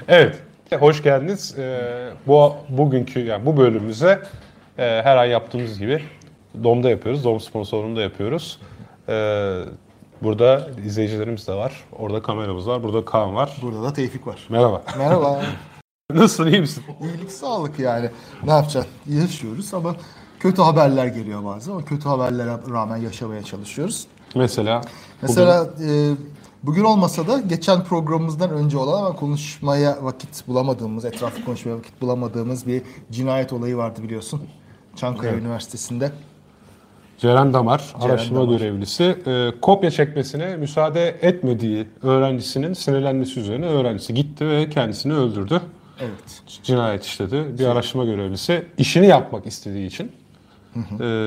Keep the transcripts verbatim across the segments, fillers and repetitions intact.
Evet, hoş geldiniz. Ee, bu bugünkü yani bu bölümümüze e, her ay yaptığımız gibi Dom'da yapıyoruz. Dom sponsorluğunda yapıyoruz. Ee, burada izleyicilerimiz de var. Orada kameramız var. Burada Kaan var. Burada da Tevfik var. Merhaba. Merhaba. Nasılsın, iyi misin? İyilik, sağlık yani. Ne yapacaksın? Yaşıyoruz ama kötü haberler geliyor bazen. O kötü haberlere rağmen yaşamaya çalışıyoruz. Mesela? Mesela bugün, e, bugün olmasa da geçen programımızdan önce olan ama konuşmaya vakit bulamadığımız, etraflı konuşmaya vakit bulamadığımız bir cinayet olayı vardı biliyorsun. Çankaya evet. Üniversitesi'nde. Ceren Damar, Ceren araştırma Damar. görevlisi, e, kopya çekmesine müsaade etmediği öğrencisinin sinirlenmesi üzerine öğrencisi gitti ve kendisini öldürdü. Evet. Cinayet işledi. Bir şey. Araştırma görevlisi işini yapmak istediği için hı hı. E,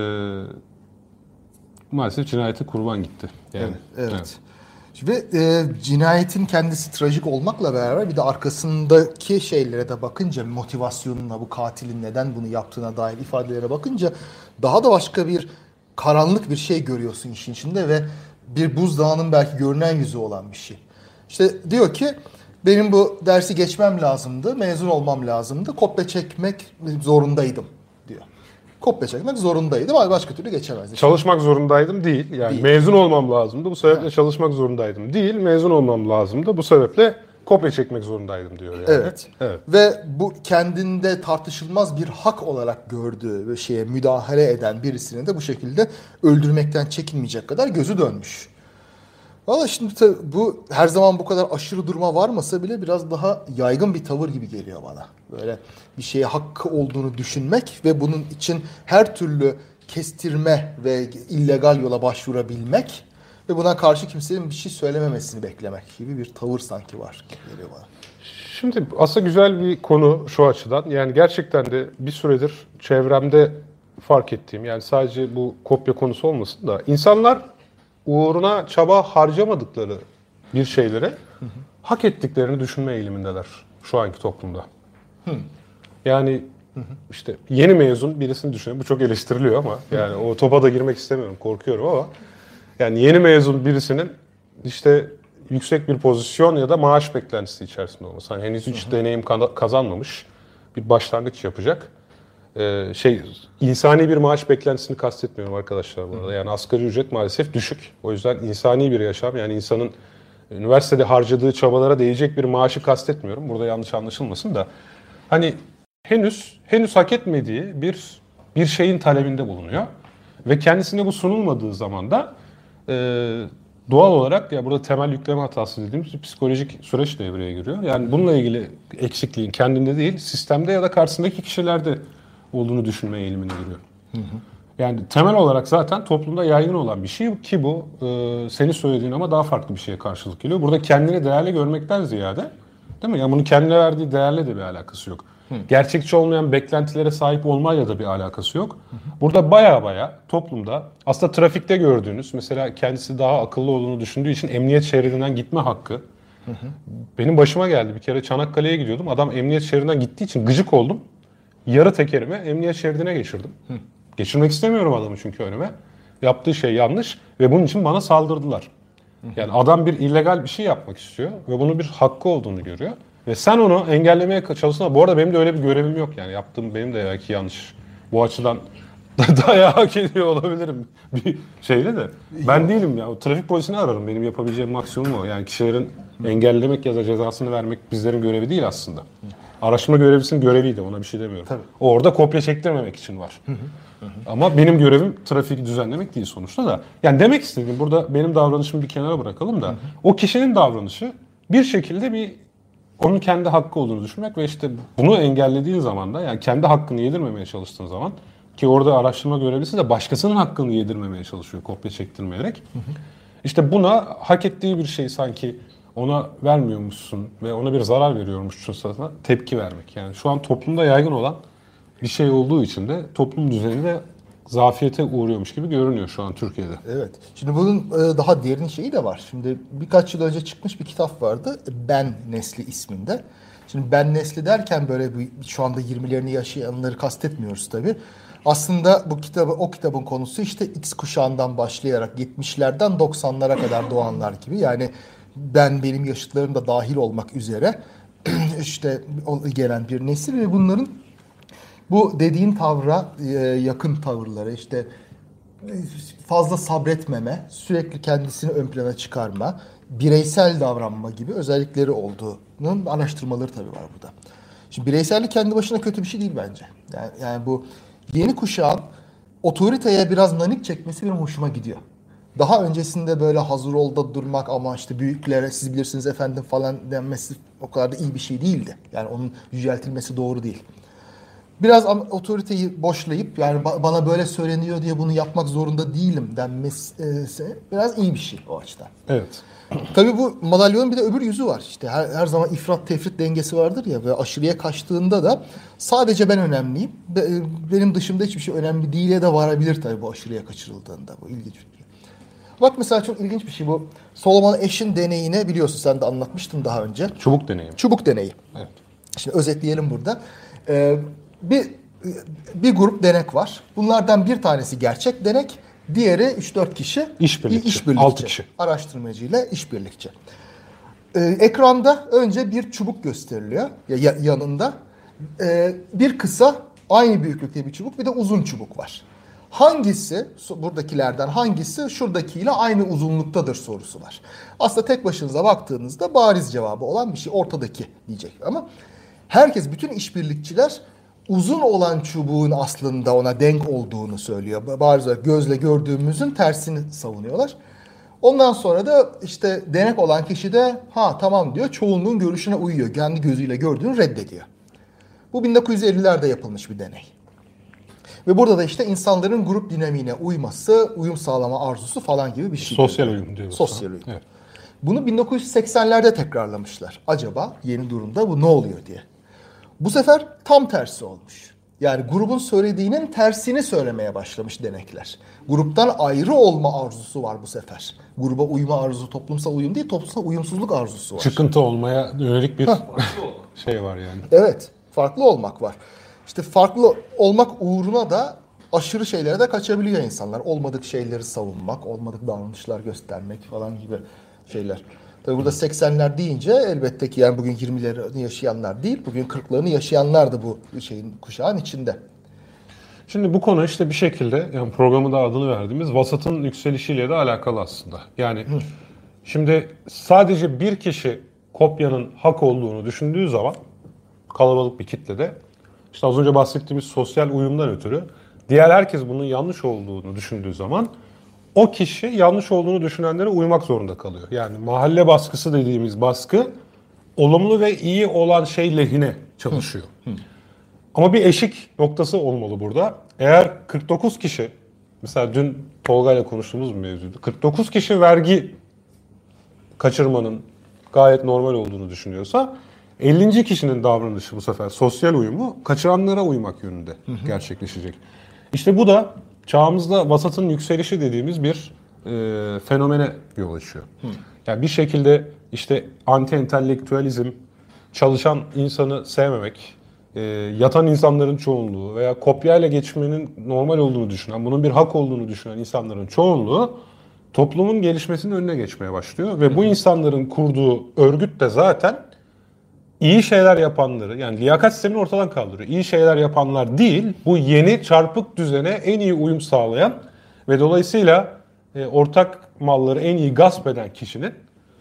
maalesef cinayete kurban gitti. Yani, evet. evet. evet. Ve e, cinayetin kendisi trajik olmakla beraber bir de arkasındaki şeylere de bakınca, motivasyonuna, bu katilin neden bunu yaptığına dair ifadelere bakınca daha da başka bir karanlık bir şey görüyorsun işin içinde ve bir buzdağının belki görünen yüzü olan bir şey. İşte diyor ki benim bu dersi geçmem lazımdı, mezun olmam lazımdı, kopya çekmek zorundaydım diyor. Kopya çekmek zorundaydım ama başka türlü geçemezdim. Çalışmak zorundaydım değil. Yani değil. Mezun olmam lazımdı. Bu sebeple evet. çalışmak zorundaydım değil. Mezun olmam lazımdı. Bu sebeple kopya çekmek zorundaydım diyor yani. Evet. evet. Ve bu kendinde tartışılmaz bir hak olarak gördüğü ve şeye müdahale eden birisini de bu şekilde öldürmekten çekinmeyecek kadar gözü dönmüş. Valla şimdi bu her zaman bu kadar aşırı duruma varmasa bile biraz daha yaygın bir tavır gibi geliyor bana. Böyle bir şeye hakkı olduğunu düşünmek ve bunun için her türlü kestirme ve illegal yola başvurabilmek ve buna karşı kimsenin bir şey söylememesini beklemek gibi bir tavır sanki var gibi geliyor bana. Şimdi aslında güzel bir konu şu açıdan. Yani gerçekten de bir süredir çevremde fark ettiğim, yani sadece bu kopya konusu olmasın da insanlar uğruna çaba harcamadıkları bir şeylere hı hı. hak ettiklerini düşünme eğilimindeler şu anki toplumda. Hı. Yani hı hı. işte yeni mezun birisini düşünün. Bu çok eleştiriliyor ama yani o topa da girmek istemiyorum, korkuyorum ama yani yeni mezun birisinin işte yüksek bir pozisyon ya da maaş beklentisi içerisinde olması. Hani henüz hiç hı hı. deneyim kazanmamış bir başlangıç yapacak. Ee, şey insani bir maaş beklentisini kastetmiyorum arkadaşlar bu arada. Yani asgari ücret maalesef düşük. O yüzden insani bir yaşam, yani insanın üniversitede harcadığı çabalara değecek bir maaşı kastetmiyorum. Burada yanlış anlaşılmasın da hani henüz henüz hak etmediği bir bir şeyin talebinde bulunuyor ve kendisine bu sunulmadığı zaman da e, doğal olarak ya burada temel yükleme hatası dediğimiz bir psikolojik süreç devreye giriyor. Yani bununla ilgili eksikliğin kendinde değil, sistemde ya da karşısındaki kişilerde olduğunu düşünme eğilimine giriyor. Hı hı. Yani temel olarak zaten toplumda yaygın olan bir şey ki bu e, senin söylediğin ama daha farklı bir şeye karşılık geliyor. Burada kendini değerli görmekten ziyade, değil mi? Yani bunun kendine verdiği değerle de bir alakası yok. Hı. Gerçekçi olmayan beklentilere sahip olmayla da bir alakası yok. Hı hı. Burada baya baya toplumda aslında trafikte gördüğünüz, mesela kendisi daha akıllı olduğunu düşündüğü için emniyet şeridinden gitme hakkı. Hı hı. Benim başıma geldi, bir kere Çanakkale'ye gidiyordum. Adam emniyet şeridinden gittiği için gıcık oldum. Yarı tekerimi emniyet şeridine geçirdim. Hı. Geçirmek istemiyorum adamı çünkü önüme. Yaptığı şey yanlış ve bunun için bana saldırdılar. Hı. Yani adam bir illegal bir şey yapmak istiyor ve bunun bir hakkı olduğunu görüyor. Ve sen onu engellemeye çalışsana. Bu arada benim de öyle bir görevim yok yani. Yaptığım benim de belki yanlış. Bu açıdan dayağı hak ediyor olabilirim bir şeyle de. Ben yok. değilim ya. O trafik polisini ararım. Benim yapabileceğim maksimum o. Yani kişilerin Hı. engellemek ya da cezasını vermek bizlerin görevi değil aslında. Hı. Araştırma görevlisinin göreviydi, ona bir şey demiyorum. Tabii. Orada kopya çektirmemek için var. Hı hı. Hı hı. Ama benim görevim trafiği düzenlemek değil sonuçta da. Yani demek istediğim, burada benim davranışımı bir kenara bırakalım da hı hı. o kişinin davranışı bir şekilde bir onun kendi hakkı olduğunu düşünmek ve işte bunu engellediğin zaman da, yani kendi hakkını yedirmemeye çalıştığın zaman, ki orada araştırma görevlisi de başkasının hakkını yedirmemeye çalışıyor kopya çektirmeyerek. Hı hı. İşte buna hak ettiği bir şey sanki ona vermiyormuşsun ve ona bir zarar veriyormuşsun sana tepki vermek. Yani şu an toplumda yaygın olan bir şey olduğu için de toplum düzeninde zafiyete uğruyormuş gibi görünüyor şu an Türkiye'de. Evet. Şimdi bunun daha derin şeyi de var. Şimdi birkaç yıl önce çıkmış bir kitap vardı. Ben Nesli isminde. Şimdi ben Nesli derken böyle şu anda yirmilerini yaşayanları kastetmiyoruz tabii. Aslında bu kitabı, o kitabın konusu işte X kuşağından başlayarak yetmişlerden doksanlara kadar doğanlar gibi. Yani ben, benim yaşıtlarım da dahil olmak üzere işte gelen bir nesil ve bunların bu dediğin tavra yakın tavırları, işte fazla sabretmeme, sürekli kendisini ön plana çıkarma, bireysel davranma gibi özellikleri olduğunun araştırmaları tabii var burada. Şimdi bireysellik kendi başına kötü bir şey değil bence. Yani, yani bu yeni kuşağın otoriteye biraz nanik çekmesi benim hoşuma gidiyor. Daha öncesinde böyle hazır ol da durmak ama işte büyüklere siz bilirsiniz efendim falan denmesi o kadar da iyi bir şey değildi. Yani onun yüceltilmesi doğru değil. Biraz otoriteyi boşlayıp yani bana böyle söyleniyor diye bunu yapmak zorunda değilim denmesi biraz iyi bir şey o açıdan. Evet. Tabii bu madalyonun bir de öbür yüzü var. İşte her, her zaman ifrat tefrit dengesi vardır ya ve aşırıya kaçtığında da sadece ben önemliyim. Benim dışımda hiçbir şey önemli değil'e de varabilir tabii bu aşırıya kaçırıldığında. Bu ilginç bir şey. Bak mesela çok ilginç bir şey bu. Solomon Ash'in deneyini biliyorsun, sen de anlatmıştın daha önce. Çubuk deneyi. Çubuk deneyi. Evet. Şimdi özetleyelim burada. Ee, bir bir grup denek var. Bunlardan bir tanesi gerçek denek, diğeri üç dört kişi işbirlikçi. işbirlikçi. altı kişi. Araştırmacıyla işbirlikçi. Ee, ekranda önce bir çubuk gösteriliyor ya, yanında. Ee, bir kısa aynı büyüklükte bir çubuk, bir de uzun çubuk var. Hangisi buradakilerden hangisi şuradakiyle aynı uzunluktadır sorusu var. Aslında tek başınıza baktığınızda bariz cevabı olan bir şey ortadaki diyecek ama herkes, bütün işbirlikçiler uzun olan çubuğun aslında ona denk olduğunu söylüyor. Bariz olarak gözle gördüğümüzün tersini savunuyorlar. Ondan sonra da işte denek olan kişi de ha tamam diyor, çoğunluğun görüşüne uyuyor. Kendi gözüyle gördüğünü reddediyor. Bu bin dokuz yüz ellilerde yapılmış bir deney. Ve burada da işte insanların grup dinamiğine uyması, uyum sağlama arzusu falan gibi bir şey. Sosyal uyum diyoruz. Sosyal uyum. Evet. Bunu bin dokuz yüz seksenlerde tekrarlamışlar. Acaba yeni durumda bu ne oluyor diye. Bu sefer tam tersi olmuş. Yani grubun söylediğinin tersini söylemeye başlamış denekler. Gruptan ayrı olma arzusu var bu sefer. Gruba uyma arzusu, toplumsal uyum değil, toplumsal uyumsuzluk arzusu var. Çıkıntı olmaya yönelik bir şey var yani. Evet, farklı olmak var. İşte farklı olmak uğruna da aşırı şeylere de kaçabiliyor insanlar. Olmadık şeyleri savunmak, olmadık davranışlar göstermek falan gibi şeyler. Tabii burada seksenler deyince elbette ki yani bugün yirmilerini yaşayanlar değil, bugün kırklarını yaşayanlar da bu şeyin, kuşağın içinde. Şimdi bu konu işte bir şekilde yani programı da adını verdiğimiz vasatın yükselişiyle de alakalı aslında. Yani Hı. şimdi sadece bir kişi kopyanın hak olduğunu düşündüğü zaman kalabalık bir kitlede işte az önce bahsettiğimiz sosyal uyumdan ötürü diğer herkes bunun yanlış olduğunu düşündüğü zaman o kişi yanlış olduğunu düşünenlere uymak zorunda kalıyor. Yani mahalle baskısı dediğimiz baskı olumlu ve iyi olan şey lehine çalışıyor. Hı. Hı. Ama bir eşik noktası olmalı burada. Eğer kırk dokuz kişi, mesela dün Tolga ile konuştuğumuz bir mevzuydu. kırk dokuz kişi vergi kaçırmanın gayet normal olduğunu düşünüyorsa ellinci kişinin davranışı bu sefer sosyal uyumu kaçıranlara uymak yönünde hı hı. gerçekleşecek. İşte bu da çağımızda vasatın yükselişi dediğimiz bir e, fenomene yol açıyor. Hı. Yani bir şekilde işte anti-entelektüelizm, çalışan insanı sevmemek, e, yatan insanların çoğunluğu veya kopyayla geçmenin normal olduğunu düşünen, bunun bir hak olduğunu düşünen insanların çoğunluğu toplumun gelişmesinin önüne geçmeye başlıyor. Ve bu insanların kurduğu örgüt de zaten iyi şeyler yapanları, yani liyakat sistemini ortadan kaldırıyor. İyi şeyler yapanlar değil, bu yeni çarpık düzene en iyi uyum sağlayan ve dolayısıyla e, ortak malları en iyi gasp eden kişinin,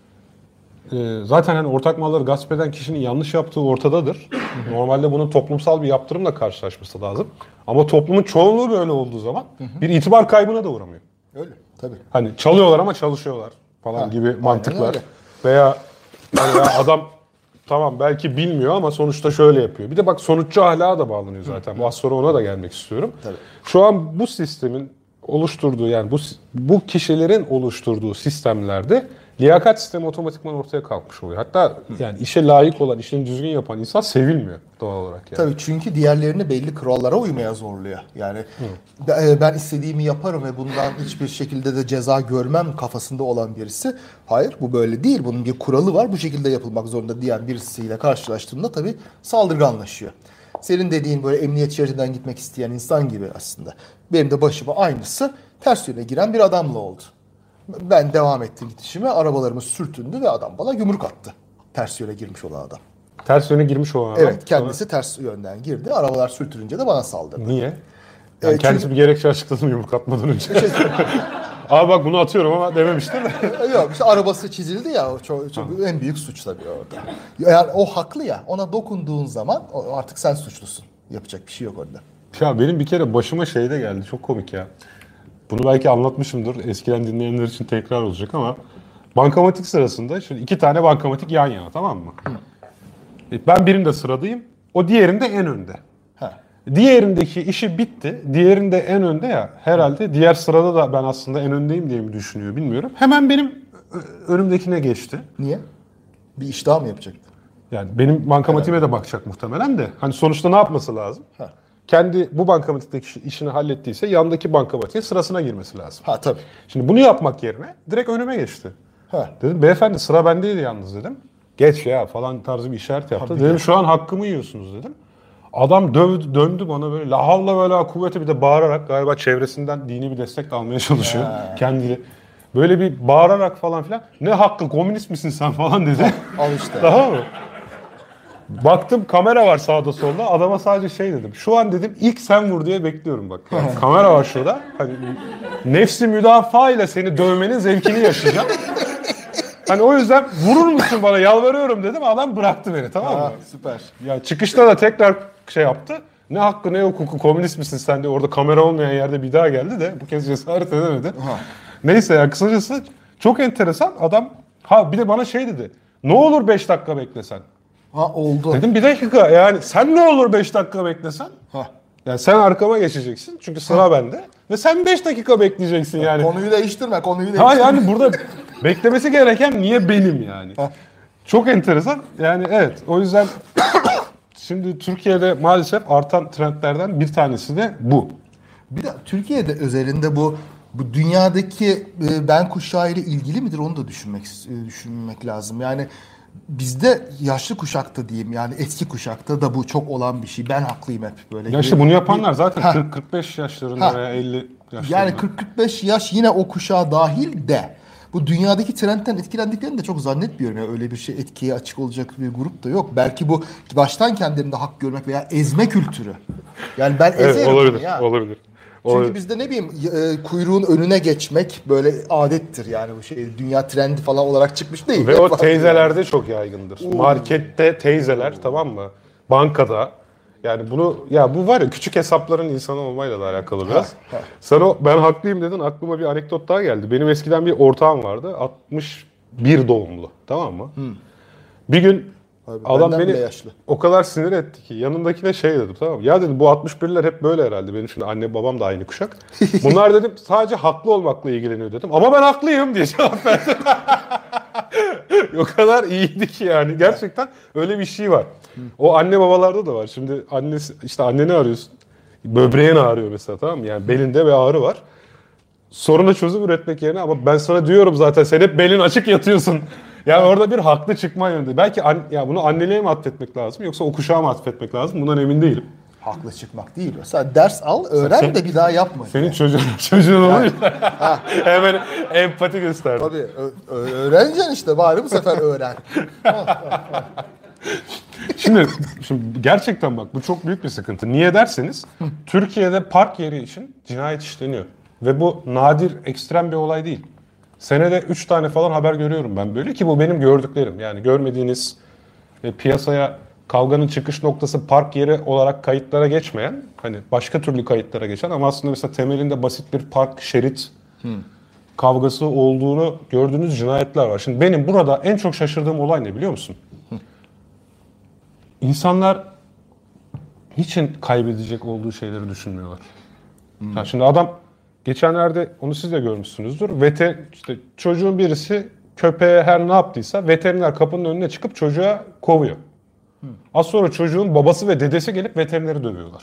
e, zaten hani ortak malları gasp eden kişinin yanlış yaptığı ortadadır. Normalde bunun toplumsal bir yaptırımla karşılaşması lazım. Ama toplumun çoğunluğu böyle olduğu zaman bir itibar kaybına da uğramıyor. Öyle, tabii. Hani çalıyorlar ama çalışıyorlar falan ha, gibi mantıklar. Veya hani ya adam tamam belki bilmiyor ama sonuçta şöyle yapıyor. Bir de bak sonuççu ahlaka da bağlanıyor zaten. Bu az sonra ona da gelmek istiyorum. Tabii. Şu an bu sistemin oluşturduğu, yani bu bu kişilerin oluşturduğu sistemlerde liyakat sistemi otomatikman ortaya kalkmış oluyor. Hatta yani işe layık olan, işini düzgün yapan insan sevilmiyor doğal olarak yani. Tabii, çünkü diğerlerini belli kurallara uymaya zorluyor. Yani Hı. ben istediğimi yaparım ve bundan hiçbir şekilde de ceza görmem kafasında olan birisi, hayır bu böyle değil, bunun bir kuralı var, bu şekilde yapılmak zorunda diyen birisiyle karşılaştığında tabii saldırganlaşıyor. Senin dediğin böyle emniyet şeridinden gitmek isteyen insan gibi aslında. Benim de başıma aynısı ters yöne giren bir adamla oldu. Ben devam ettim gidişime, arabalarımız sürtündü ve adam bana yumruk attı. Ters yöne girmiş olan adam. Ters yöne girmiş olan adam. Evet, kendisi ters yönden girdi. Arabalar sürtününce de bana saldırdı. Niye? Yani E, kendisi çünkü- bir gerekçe açıkladı mı yumruk atmadan önce? Abi bak bunu atıyorum ama dememiştir de. Yok işte arabası çizildi ya, o çok, çok en büyük suç tabii orada. Yani o haklı ya, ona dokunduğun zaman o- artık sen suçlusun. Yapacak bir şey yok orada. Ya benim bir kere başıma şey de geldi. Çok komik ya. Bunu belki anlatmışımdır. Eskiden dinleyenler için tekrar olacak ama bankamatik sırasında şimdi iki tane bankamatik yan yana, tamam mı? E, Ben birinde sıradayım. O diğerinde en önde. Ha. Diğerindeki işi bitti. Diğerinde en önde ya. Herhalde diğer sırada da ben aslında en öndeyim diye mi düşünüyor bilmiyorum. Hemen benim ö- önümdekine geçti. Niye? Bir iş daha mı yapacaktı? Yani benim bankamatiğime de bakacak muhtemelen de. Hani sonuçta ne yapması lazım? Ha. Kendi bu bankamatikteki işi- işini hallettiyse yandaki bankamatiğe sırasına girmesi lazım. Ha tabii. Şimdi bunu yapmak yerine direkt önüme geçti. Ha. Dedim beyefendi sıra bendeydi yalnız dedim. Geç ya falan tarzı bir işaret yaptı. Tabii dedim ya. şu an hakkımı yiyorsunuz dedim. Adam dövdü, döndü bana böyle la havla ve la kuvvete bir de bağırarak galiba çevresinden dini bir destek de almaya çalışıyor. Ha. Kendi böyle bir bağırarak falan filan. Ne hakkı komünist misin sen falan dedi. Al işte. Tamam mı? Baktım kamera var sağda solda. Adama sadece şey dedim. Şu an dedim ilk sen vur diye bekliyorum bak. Yani kamera var şurada. Hani nefsi müdafaa ile seni dövmenin zevkini yaşayacağım. Hani o yüzden vurur musun bana yalvarıyorum dedim. Adam bıraktı beni, tamam mı? Ha, süper. Ya çıkışta da tekrar şey yaptı. Ne hakkı ne hukuku komünist misin sen de orada kamera olmayan yerde bir daha geldi de bu kez cesaret edemedi. Ha. Neyse ya kısacası çok enteresan adam. Ha bir de bana şey dedi. Ne olur beş dakika beklesen. Ha oldu. Dedim bir dakika yani sen ne olur beş dakika beklesen? Ha. Yani sen arkama geçeceksin çünkü sıra bende ve sen beş dakika bekleyeceksin yani. Konuyu değiştirme, konuyu değiştirme. Ha yani burada beklemesi gereken niye benim yani? Çok enteresan. Yani evet o yüzden şimdi Türkiye'de maalesef artan trendlerden bir tanesi de bu. Bir de Türkiye'de özelinde bu bu dünyadaki e, ben kuşağı ile ilgili midir onu da düşünmek e, düşünmek lazım. Yani bizde yaşlı kuşakta diyeyim yani eski kuşakta da bu çok olan bir şey. Ben haklıyım hep böyle. Ya işte bunu yapanlar zaten Ha. kırk kırk beş yaşlarında Ha. veya elli yaşlarında. Yani kırk kırk beş yaş yine o kuşağa dahil de bu dünyadaki trendten etkilendiklerini de çok zannetmiyorum. Ya öyle bir şey etkiye açık olacak bir grup da yok. Belki bu baştan kendilerinde hak görmek veya ezme kültürü. Yani ben Evet, ezerim olabilir, ya. olabilir. Çünkü olabilir. bizde ne bileyim e, kuyruğun önüne geçmek böyle adettir yani bu şey dünya trendi falan olarak çıkmış değil. Ve Hep o vardır teyzelerde çok yaygındır. Markette teyzeler, tamam mı? Bankada. Yani bunu ya bu var ya küçük hesapların insanı olmayla da alakalı biraz. Ha, ha. Sen o ben haklıyım dedin aklıma bir anekdot daha geldi. Benim eskiden bir ortağım vardı. altmış bir doğumlu. Tamam mı? Bir gün Abi, adam benden beni bile yaşlı. o kadar sinir etti ki yanındakine şey dedim, tamam mı? Ya dedim bu altmış birler hep böyle herhalde. Benim şimdi anne babam da aynı kuşak. Bunlar dedim sadece haklı olmakla ilgileniyor dedim. Ama ben haklıyım diye cevap verdim. O kadar iyiydi ki yani. Gerçekten öyle bir şey var. O anne babalarda da var. Şimdi annesi işte anneni arıyorsun. Böbreğin ağrıyor mesela, tamam mı? Yani belinde bir ağrı var. Soruna çözüm üretmek yerine ama ben sana diyorum zaten sen hep belin açık yatıyorsun. Yani orada bir haklı çıkma yönünde. Belki an, ya bunu anneliğe mi atfetmek lazım yoksa o kuşağa mı atfetmek lazım? Bundan emin değilim. Haklı çıkmak değil. Sen ders al, öğren Sen- de bir daha yapma. Senin çocuğun, çocuğun oluyor. Hemen empati göster. Tabii ö- ö- öğreneceksin işte bari bu sefer öğren. Şimdi, şimdi gerçekten bak bu çok büyük bir sıkıntı. Niye derseniz Türkiye'de park yeri için cinayet işleniyor. Ve bu nadir, ekstrem bir olay değil. Senede üç tane falan haber görüyorum ben böyle ki bu benim gördüklerim. Yani görmediğiniz e, piyasaya kavganın çıkış noktası park yeri olarak kayıtlara geçmeyen, hani başka türlü kayıtlara geçen ama aslında mesela temelinde basit bir park şerit kavgası olduğunu gördüğünüz cinayetler var. Şimdi benim burada en çok şaşırdığım olay ne biliyor musun? İnsanlar niçin kaybedecek olduğu şeyleri düşünmüyorlar. Ya şimdi adam geçenlerde onu siz de görmüşsünüzdür. Veter işte çocuğun birisi köpeğe her ne yaptıysa veteriner kapının önüne çıkıp çocuğa kovuyor. Az sonra çocuğun babası ve dedesi gelip veterineri dövüyorlar.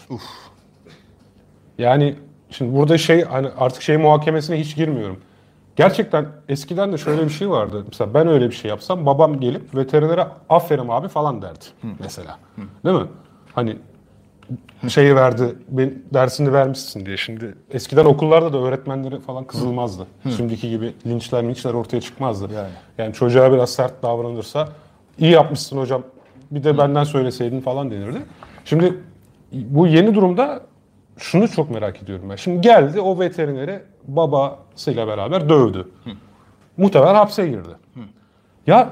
Yani şimdi burada şey hani artık şey muhakemesine hiç girmiyorum. Gerçekten eskiden de şöyle bir şey vardı. Mesela ben öyle bir şey yapsam babam gelip veterinere aferin abi falan derdi mesela. Değil mi? Hani şeyi verdi, ben dersini vermişsin diye. Şimdi eskiden okullarda da öğretmenleri falan kızılmazdı. Şimdiki gibi linçler linçler ortaya çıkmazdı. Yani. Yani çocuğa biraz sert davranırsa iyi yapmışsın hocam bir de benden söyleseydin falan denirdi. Şimdi bu yeni durumda şunu çok merak ediyorum ben. Şimdi geldi o veterineri babasıyla beraber dövdü. Hı. Muhtemelen hapse girdi. Hı. Ya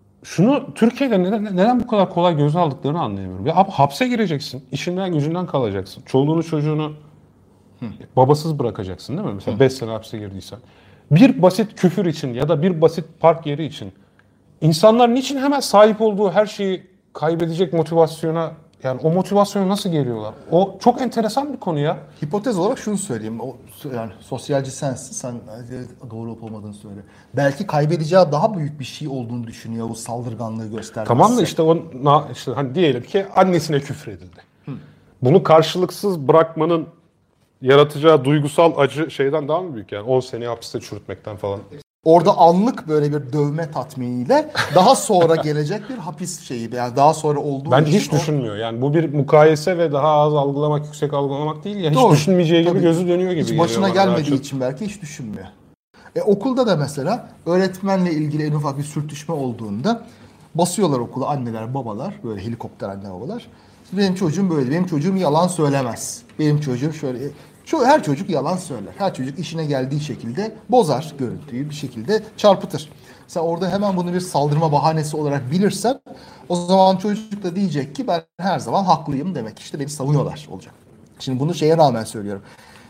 şunu Türkiye'de neden, neden bu kadar kolay göze aldıklarını anlayamıyorum. Ya abi hapse gireceksin, işinden gücünden kalacaksın. Çoluğunu çocuğunu Hı. babasız bırakacaksın değil mi? Mesela beş sene hapse girdiysen. Bir basit küfür için ya da bir basit park yeri için insanlar niçin hemen sahip olduğu her şeyi kaybedecek motivasyona, yani o motivasyona nasıl geliyorlar? O çok enteresan bir konu ya. Hipotez olarak şunu söyleyeyim. O, yani sosyalci sensin. Sen doğru olup olmadığını söyle. Belki kaybedeceği daha büyük bir şey olduğunu düşünüyor bu saldırganlığı göstermesi. Tamam da işte o işte hani diyelim ki annesine küfredildi. Hı. Bunu karşılıksız bırakmanın yaratacağı duygusal acı şeyden daha mı büyük yani? on sene hapiste çürütmekten falan. Orada anlık böyle bir dövme tatminiyle daha sonra gelecek bir hapis şeyi, yani daha sonra olduğu Bence hiç o... düşünmüyor. Yani bu bir mukayese ve daha az algılamak, yüksek algılamak değil ya. Hiç Doğru. düşünmeyeceği gibi Tabii. gözü dönüyor gibi. Hiç başına geliyor gelmediği için belki hiç düşünmüyor. E, okulda da mesela öğretmenle ilgili en ufak bir sürtüşme olduğunda basıyorlar okula anneler, babalar, böyle helikopter anne babalar. Benim çocuğum böyle, benim çocuğum yalan söylemez. Benim çocuğum şöyle... Şu her çocuk yalan söyler. Her çocuk işine geldiği şekilde bozar görüntüyü, bir şekilde çarpıtır. Sen orada hemen bunu bir saldırma bahanesi olarak bilirsen o zaman çocuk da diyecek ki ben her zaman haklıyım demek. İşte beni savunuyorlar olacak. Şimdi bunu şeye rağmen söylüyorum.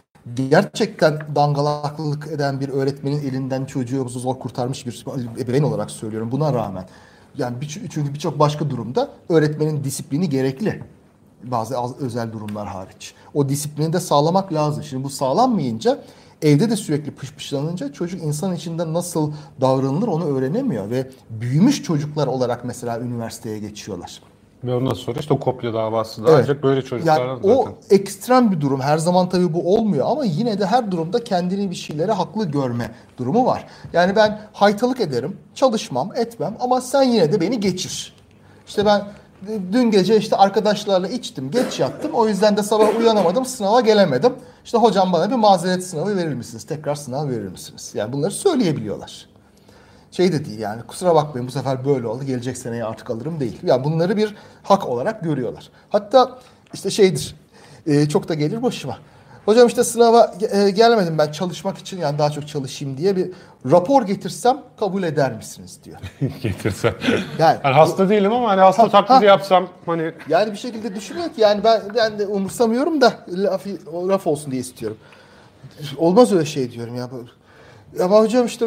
Gerçekten dangalaklık eden bir öğretmenin elinden çocuğumuzu zor kurtarmış bir ebeveyn olarak söylüyorum. Buna rağmen. Yani bir, çünkü birçok başka durumda öğretmenin disiplini gerekli. Bazı az, özel durumlar hariç. O disiplini de sağlamak lazım. Şimdi bu sağlanmayınca evde de sürekli pışpışlanınca çocuk insan içinde nasıl davranılır onu öğrenemiyor. Ve büyümüş çocuklar olarak mesela üniversiteye geçiyorlar. Ve ondan sonra işte o kopya davası da evet. Ancak böyle çocuklar yani zaten. O ekstrem bir durum. Her zaman tabii bu olmuyor ama yine de her durumda kendini bir şeylere haklı görme durumu var. Yani ben haytalık ederim, çalışmam, etmem ama sen yine de beni geçir. İşte ben dün gece işte arkadaşlarla içtim, geç yattım. O yüzden de sabah uyanamadım, sınava gelemedim. İşte hocam bana bir mazeret sınavı verir misiniz? Tekrar sınav verir misiniz? Yani bunları söyleyebiliyorlar. Şey de değil yani kusura bakmayın bu sefer böyle oldu. Gelecek seneye artık alırım değil. Yani bunları bir hak olarak görüyorlar. Hatta işte şeydir e, çok da gelir başıma. Hocam işte sınava e, gelmedim ben çalışmak için yani daha çok çalışayım diye bir rapor getirsem kabul eder misiniz diyor. Getirsem. Yani, yani hasta değilim ama hani hasta ha, taklidi ha. yapsam hani. Yani bir şekilde düşünüyor ki yani ben ben de umursamıyorum da laf, laf olsun diye istiyorum. Olmaz öyle şey diyorum ya. Ama hocam işte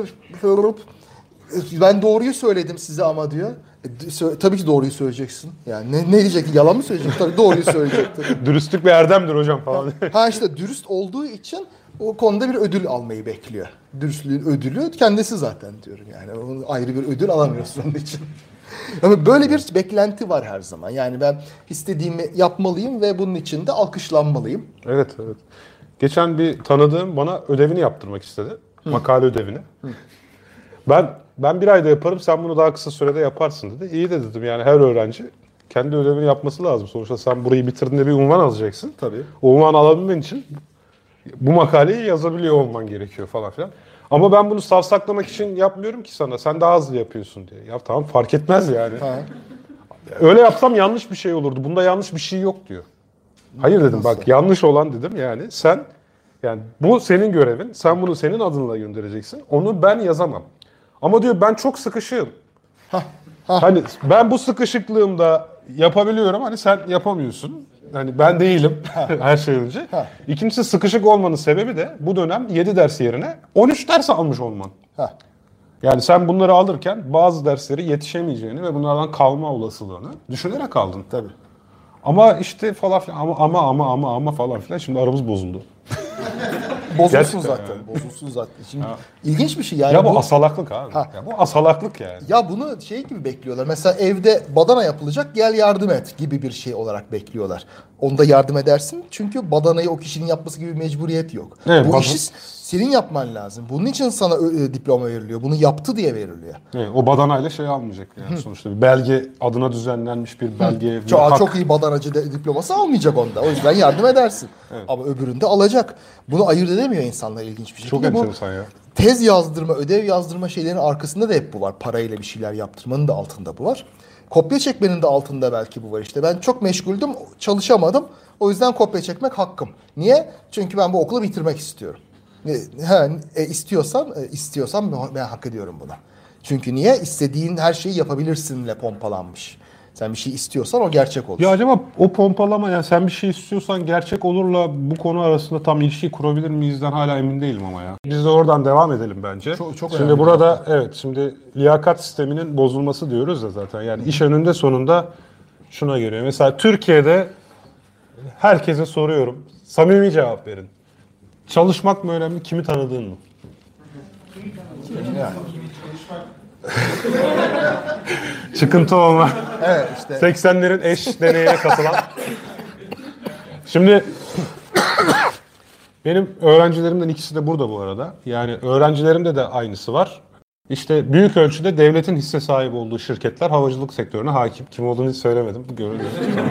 ben doğruyu söyledim size ama diyor. E, tabii ki doğruyu söyleyeceksin. Yani ne, ne diyecek? Yalan mı söyleyecek? Tabii doğruyu söyleyecek. Tabii. Dürüstlük bir erdemdir hocam falan. Ha işte dürüst olduğu için o konuda bir ödül almayı bekliyor. Dürüstlüğün ödülü kendisi zaten diyorum yani. Onun ayrı bir ödül alamıyorsun onun için. Ama böyle bir beklenti var her zaman. Yani ben istediğimi yapmalıyım ve bunun için de alkışlanmalıyım. Evet, evet. Geçen bir tanıdığım bana ödevini yaptırmak istedi. Hı. Makale ödevini. Hı. Ben ben bir ayda yaparım, sen bunu daha kısa sürede yaparsın dedi. İyi de dedim yani her öğrenci kendi ödevini yapması lazım. Sonuçta sen burayı bitirdiğinde bir unvan alacaksın. Tabii. O unvan alabilmen için bu makaleyi yazabiliyor olman gerekiyor falan filan. Ama ben bunu savsaklamak için yapmıyorum ki sana. Sen daha hızlı yapıyorsun diye. Ya tamam fark etmez yani. Ha. Öyle yapsam yanlış bir şey olurdu. Bunda yanlış bir şey yok diyor. Hayır dedim Nasıl? Bak yanlış olan dedim yani sen yani bu senin görevin. Sen bunu senin adınla göndereceksin. Onu ben yazamam. Ama diyor ben çok sıkışığım. Ha. Ha. Hani ben bu sıkışıklığımda yapabiliyorum. Hani sen yapamıyorsun. Hani ben değilim her şey önce. Ha. İkincisi sıkışık olmanın sebebi de bu dönem yedi ders yerine on üç ders almış olman. Ha. Yani sen bunları alırken bazı dersleri yetişemeyeceğini ve bunlardan kalma olasılığını düşünerek aldın. Tabii. Ama işte falan filan ama ama ama ama ama falan filan şimdi aramız bozuldu. Bozulsun zaten. Yani. Bozulsun zaten. Şimdi ha. ilginç bir şey yani. Ya bu, bu asalaklık abi. Ha. Ya bu asalaklık yani. Ya bunu şey gibi bekliyorlar. Mesela evde badana yapılacak gel yardım et gibi bir şey olarak bekliyorlar. Onda yardım edersin çünkü badanayı o kişinin yapması gibi bir mecburiyet yok. Evet, bu badan... işi senin yapman lazım. Bunun için sana e, diploma veriliyor. Bunu yaptı diye veriliyor. Evet, o badanayla şey almayacak yani Hı. sonuçta bir belge adına düzenlenmiş bir belge. Bir çok, hak. çok iyi badanacı de, diploması almayacak onda. O yüzden yardım edersin. Evet. Ama öbüründe alacak. Bunu ayırt edemiyor insanlar ilginç bir şekilde. Çok enteresan ya. Tez yazdırma, ödev yazdırma şeylerin arkasında da hep bu var. Parayla bir şeyler yaptırmanın da altında bu var. kopya çekmenin de altında belki bu var işte. Ben çok meşguldüm, çalışamadım. O yüzden kopya çekmek hakkım. Niye? Çünkü ben bu okulu bitirmek istiyorum. He, e, istiyorsan, e, istiyorsan ben hak ediyorum bunu. Çünkü niye? İstediğin her şeyi yapabilirsinle pompalanmış. Sen bir şey istiyorsan o gerçek olur. Ya acaba o pompalama, yani sen bir şey istiyorsan gerçek olurla bu konu arasında tam ilişki kurabilir miyizden hala emin değilim ama ya. Biz de oradan devam edelim bence. Çok, çok şimdi burada evet şimdi liyakat sisteminin bozulması diyoruz ya zaten. Yani iş önünde sonunda şuna geliyor. Mesela Türkiye'de herkese soruyorum. Samimi cevap verin. Çalışmak mı önemli, kimi tanıdığın mı? Yani. Çıkıntı olma. Evet işte. seksenlerin eş deneyine katılan. Şimdi benim öğrencilerimden ikisi de burada bu arada. Yani öğrencilerimde de aynısı var. İşte büyük ölçüde devletin hisse sahibi olduğu şirketler havacılık sektörüne hakim. Kim olduğunu hiç söylemedim. Bu görülüyor.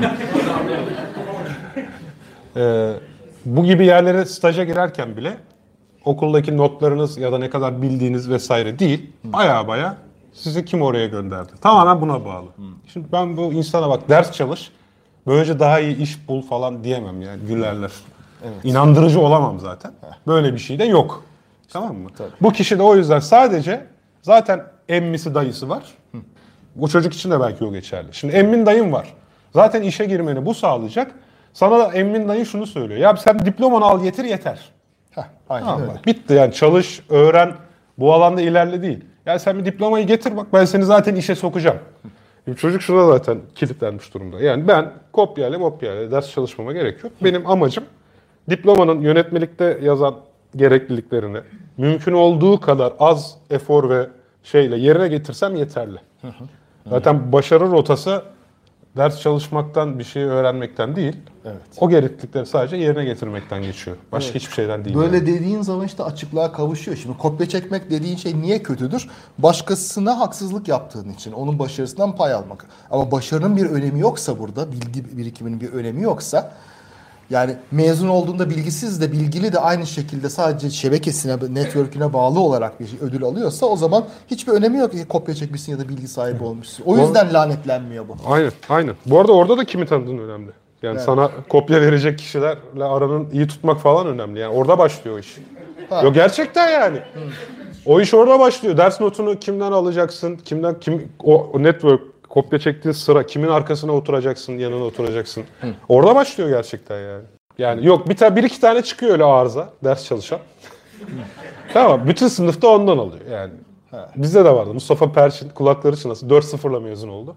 ee, bu gibi yerlere staja girerken bile okuldaki notlarınız ya da ne kadar bildiğiniz vesaire değil. Baya baya sizi kim oraya gönderdi? Tamamen buna bağlı. Hmm. Şimdi ben bu insana bak ders çalış, böylece daha iyi iş bul falan diyemem yani, gülerler. Evet. İnandırıcı olamam zaten. Böyle bir şey de yok. Tamam mı? Tabii. Bu kişi de o yüzden sadece zaten emmisi dayısı var. Hı. Bu çocuk için de belki o geçerli. Şimdi emmin dayın var. Zaten işe girmeni bu sağlayacak. Sana da emmin dayın şunu söylüyor. Ya sen diplomanı al getir yeter. Heh, aynen tamam, öyle. Bitti yani, çalış, öğren, bu alanda ilerle değil. Ya sen bir diplomayı getir bak, ben seni zaten işe sokacağım. Şimdi çocuk şuna zaten kilitlenmiş durumda. Yani ben kopyayla mopyayla ders çalışmama gerek yok. Benim amacım diplomanın yönetmelikte yazan gerekliliklerini mümkün olduğu kadar az efor ve şeyle yerine getirsem yeterli. Hı hı. Zaten başarı rotası ders çalışmaktan, bir şey öğrenmekten değil. Evet. O gereklilikleri sadece yerine getirmekten geçiyor. Başka evet. hiçbir şeyden değil. Böyle yani. dediğin zaman işte açıklığa kavuşuyor. Şimdi kopya çekmek dediğin şey niye kötüdür? Başkasına haksızlık yaptığın için, onun başarısından pay almak. Ama başarının bir önemi yoksa burada, bilgi birikiminin bir önemi yoksa, yani mezun olduğunda bilgisiz de bilgili de aynı şekilde sadece şebekesine, network'üne bağlı olarak bir ödül alıyorsa o zaman hiçbir önemi yok. Kopya çekmişsin ya da bilgi sahibi olmuşsun. O yüzden lanetlenmiyor bu. Aynen, aynen. Bu arada orada da kimi tanıdığın önemli. Yani evet. sana kopya verecek kişilerle aranın iyi tutmak falan önemli. Yani orada başlıyor o iş. Ha. Yok gerçekten yani. Hı. O iş orada başlıyor. Ders notunu kimden alacaksın? Kimden kim o network kopya çektiği sıra kimin arkasına oturacaksın, yanına oturacaksın. Hı. Orada başlıyor gerçekten yani. Yani yok bir tane bir iki tane çıkıyor öyle arıza ders çalışan. Tamam, bütün sınıfta ondan alıyor yani. Ha. Bizde de vardı. Mustafa Perçin kulakları çınlasın dört sıfırla mezun oldu.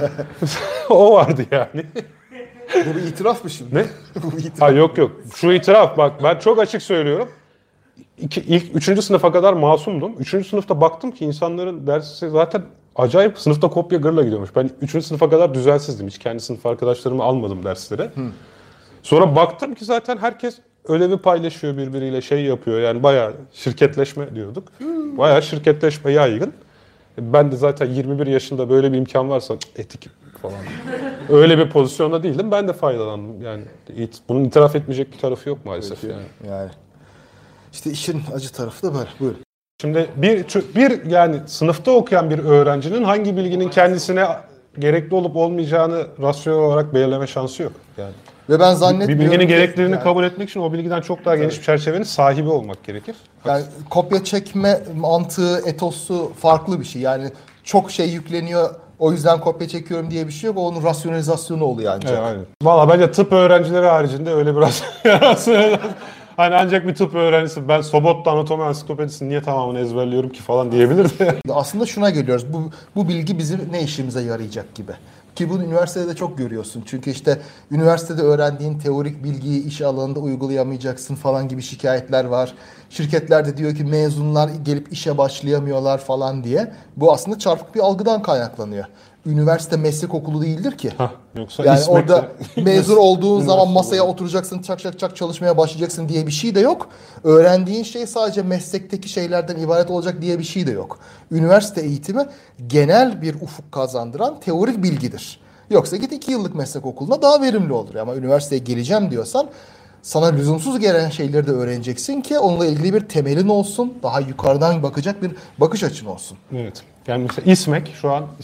O vardı yani. Bu bir itiraf mı şimdi? Ne? Bu bir itiraf. Ha, yok yok. Şu itiraf bak, ben çok açık söylüyorum. İki, ilk üçüncü sınıfa kadar masumdum. Üçüncü sınıfta baktım ki insanların dersi zaten acayip, sınıfta kopya gırla gidiyormuş. Ben üçüncü sınıfa kadar düzensizdim. Hiç kendi sınıf arkadaşlarımı almadım derslere. Hmm. Sonra baktım ki zaten herkes ödevi paylaşıyor birbiriyle, şey yapıyor. Yani bayağı şirketleşme diyorduk. Hmm. Bayağı şirketleşme yaygın. Ben de zaten yirmi bir yaşında böyle bir imkan varsa etik falan. Öyle bir pozisyonda değildim. Ben de faydalandım. Yani bunun itiraf etmeyecek bir tarafı yok maalesef yani. Yani işte işin acı tarafı da böyle. Buyurun. Şimdi bir bir yani sınıfta okuyan bir öğrencinin hangi bilginin kendisine gerekli olup olmayacağını rasyonel olarak belirleme şansı yok. Yani ve ben zannetmiyorum. Bir bilginin gerekliliğini yani kabul etmek için o bilgiden çok daha geniş bir çerçevenin sahibi olmak gerekir. Yani kopya çekme mantığı, etosu farklı bir şey. Yani çok şey yükleniyor, o yüzden kopya çekiyorum diye bir şey yok. Onun rasyonalizasyonu oluyor ancak. Evet, aynen. Valla bence tıp öğrencileri haricinde öyle bir rasyonalizasyon. Hani ancak bir tıp öğrencisi ben Sobot'ta anatomi ansiklopedisini niye tamamını ezberliyorum ki falan diyebilirdi. Aslında şuna geliyoruz. Bu, bu bilgi bizim ne işimize yarayacak gibi. Ki bunu üniversitede de çok görüyorsun. Çünkü işte üniversitede öğrendiğin teorik bilgiyi iş alanında uygulayamayacaksın falan gibi şikayetler var. Şirketler de diyor ki mezunlar gelip işe başlayamıyorlar falan diye. Bu aslında çarpık bir algıdan kaynaklanıyor. Üniversite meslek okulu değildir ki. Hah, yoksa yani orada mezun olduğun zaman masaya oturacaksın, çak çak çak çalışmaya başlayacaksın diye bir şey de yok. Öğrendiğin şey sadece meslekteki şeylerden ibaret olacak diye bir şey de yok. Üniversite eğitimi genel bir ufuk kazandıran teorik bilgidir. Yoksa git iki yıllık meslek okuluna daha verimli olur. Ama üniversiteye geleceğim diyorsan sana lüzumsuz gelen şeyleri de öğreneceksin ki onunla ilgili bir temelin olsun. Daha yukarıdan bakacak bir bakış açın olsun. Evet. Yani mesela İSMEK şu an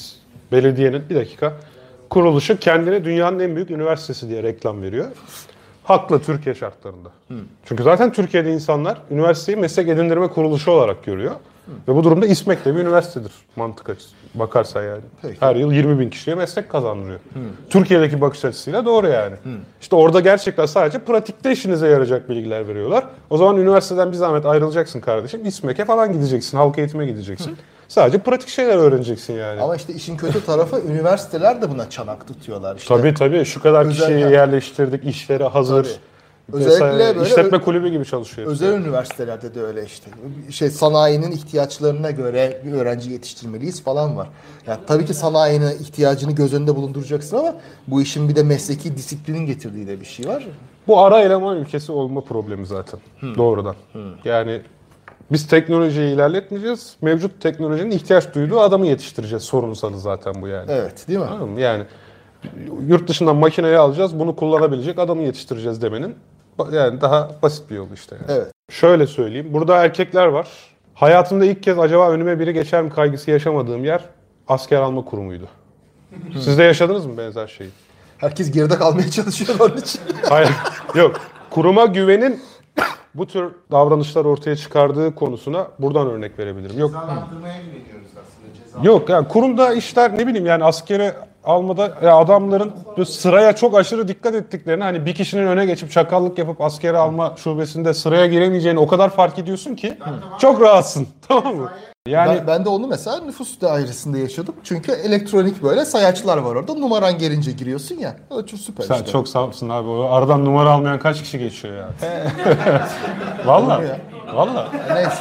belediyenin bir dakika kuruluşu kendine dünyanın en büyük üniversitesi diye reklam veriyor. Haklı Türkiye şartlarında. Hı. Çünkü zaten Türkiye'de insanlar üniversiteyi meslek edindirme kuruluşu olarak görüyor. Hı. Ve bu durumda İSMEK de bir üniversitedir mantık açısı bakarsan yani. Peki. Her yıl yirmi bin kişiye meslek kazandırıyor. Hı. Türkiye'deki bakış açısıyla doğru yani. Hı. İşte orada gerçekten sadece pratikte işinize yarayacak bilgiler veriyorlar. O zaman üniversiteden bir zahmet ayrılacaksın kardeşim. İSMEK'e falan gideceksin, halk eğitime gideceksin. Hı. Sadece pratik şeyler öğreneceksin yani. Ama işte işin kötü tarafı üniversiteler de buna çanak tutuyorlar. İşte tabii tabii şu kadar özel, kişiyi yerleştirdik, işleri hazır. Tabii. Özellikle böyle işletme kulübü gibi çalışıyor. Özel yani. Üniversitelerde de öyle işte. Şey sanayinin ihtiyaçlarına göre bir öğrenci yetiştirmeliyiz falan var. Yani tabii ki sanayinin ihtiyacını göz önünde bulunduracaksın ama bu işin bir de mesleki disiplinin getirdiği de bir şey var. Bu ara eleman ülkesi olma problemi zaten. Hmm. Doğrudan. Hmm. Yani biz teknolojiyi ilerletmeyeceğiz. Mevcut teknolojinin ihtiyaç duyduğu adamı yetiştireceğiz. Sorunsalı zaten bu yani. Evet, değil mi? Anladın mı? Yani yurt dışından makineyi alacağız, bunu kullanabilecek adamı yetiştireceğiz demenin yani daha basit bir yolu işte. Yani. Evet. Şöyle söyleyeyim, burada erkekler var. Hayatımda ilk kez acaba önüme biri geçer mi kaygısı yaşamadığım yer asker alma kurumuydu. Siz de yaşadınız mı benzer şeyi? Herkes geride kalmaya çalışıyor onun için. Hayır, yok. Kuruma güvenin bu tür davranışlar ortaya çıkardığı konusuna buradan örnek verebilirim. Yok. Cezalandırmaya güveniyoruz aslında. Ceza. Yok yani kurumda işler ne bileyim yani askere almada ya adamların sıraya çok aşırı dikkat ettiklerini hani bir kişinin öne geçip çakallık yapıp askere alma şubesinde sıraya giremeyeceğini o kadar fark ediyorsun ki çok rahatsın. Tamam mı? Yani ben, ben de onu mesela nüfus dairesinde yaşadım. Çünkü elektronik böyle sayaçlar var orada. Numaran gelince giriyorsun ya. O çok süper sen işte. Çok sağlıksın abi. O aradan numara almayan kaç kişi geçiyor ya? Valla. Valla. Neyse.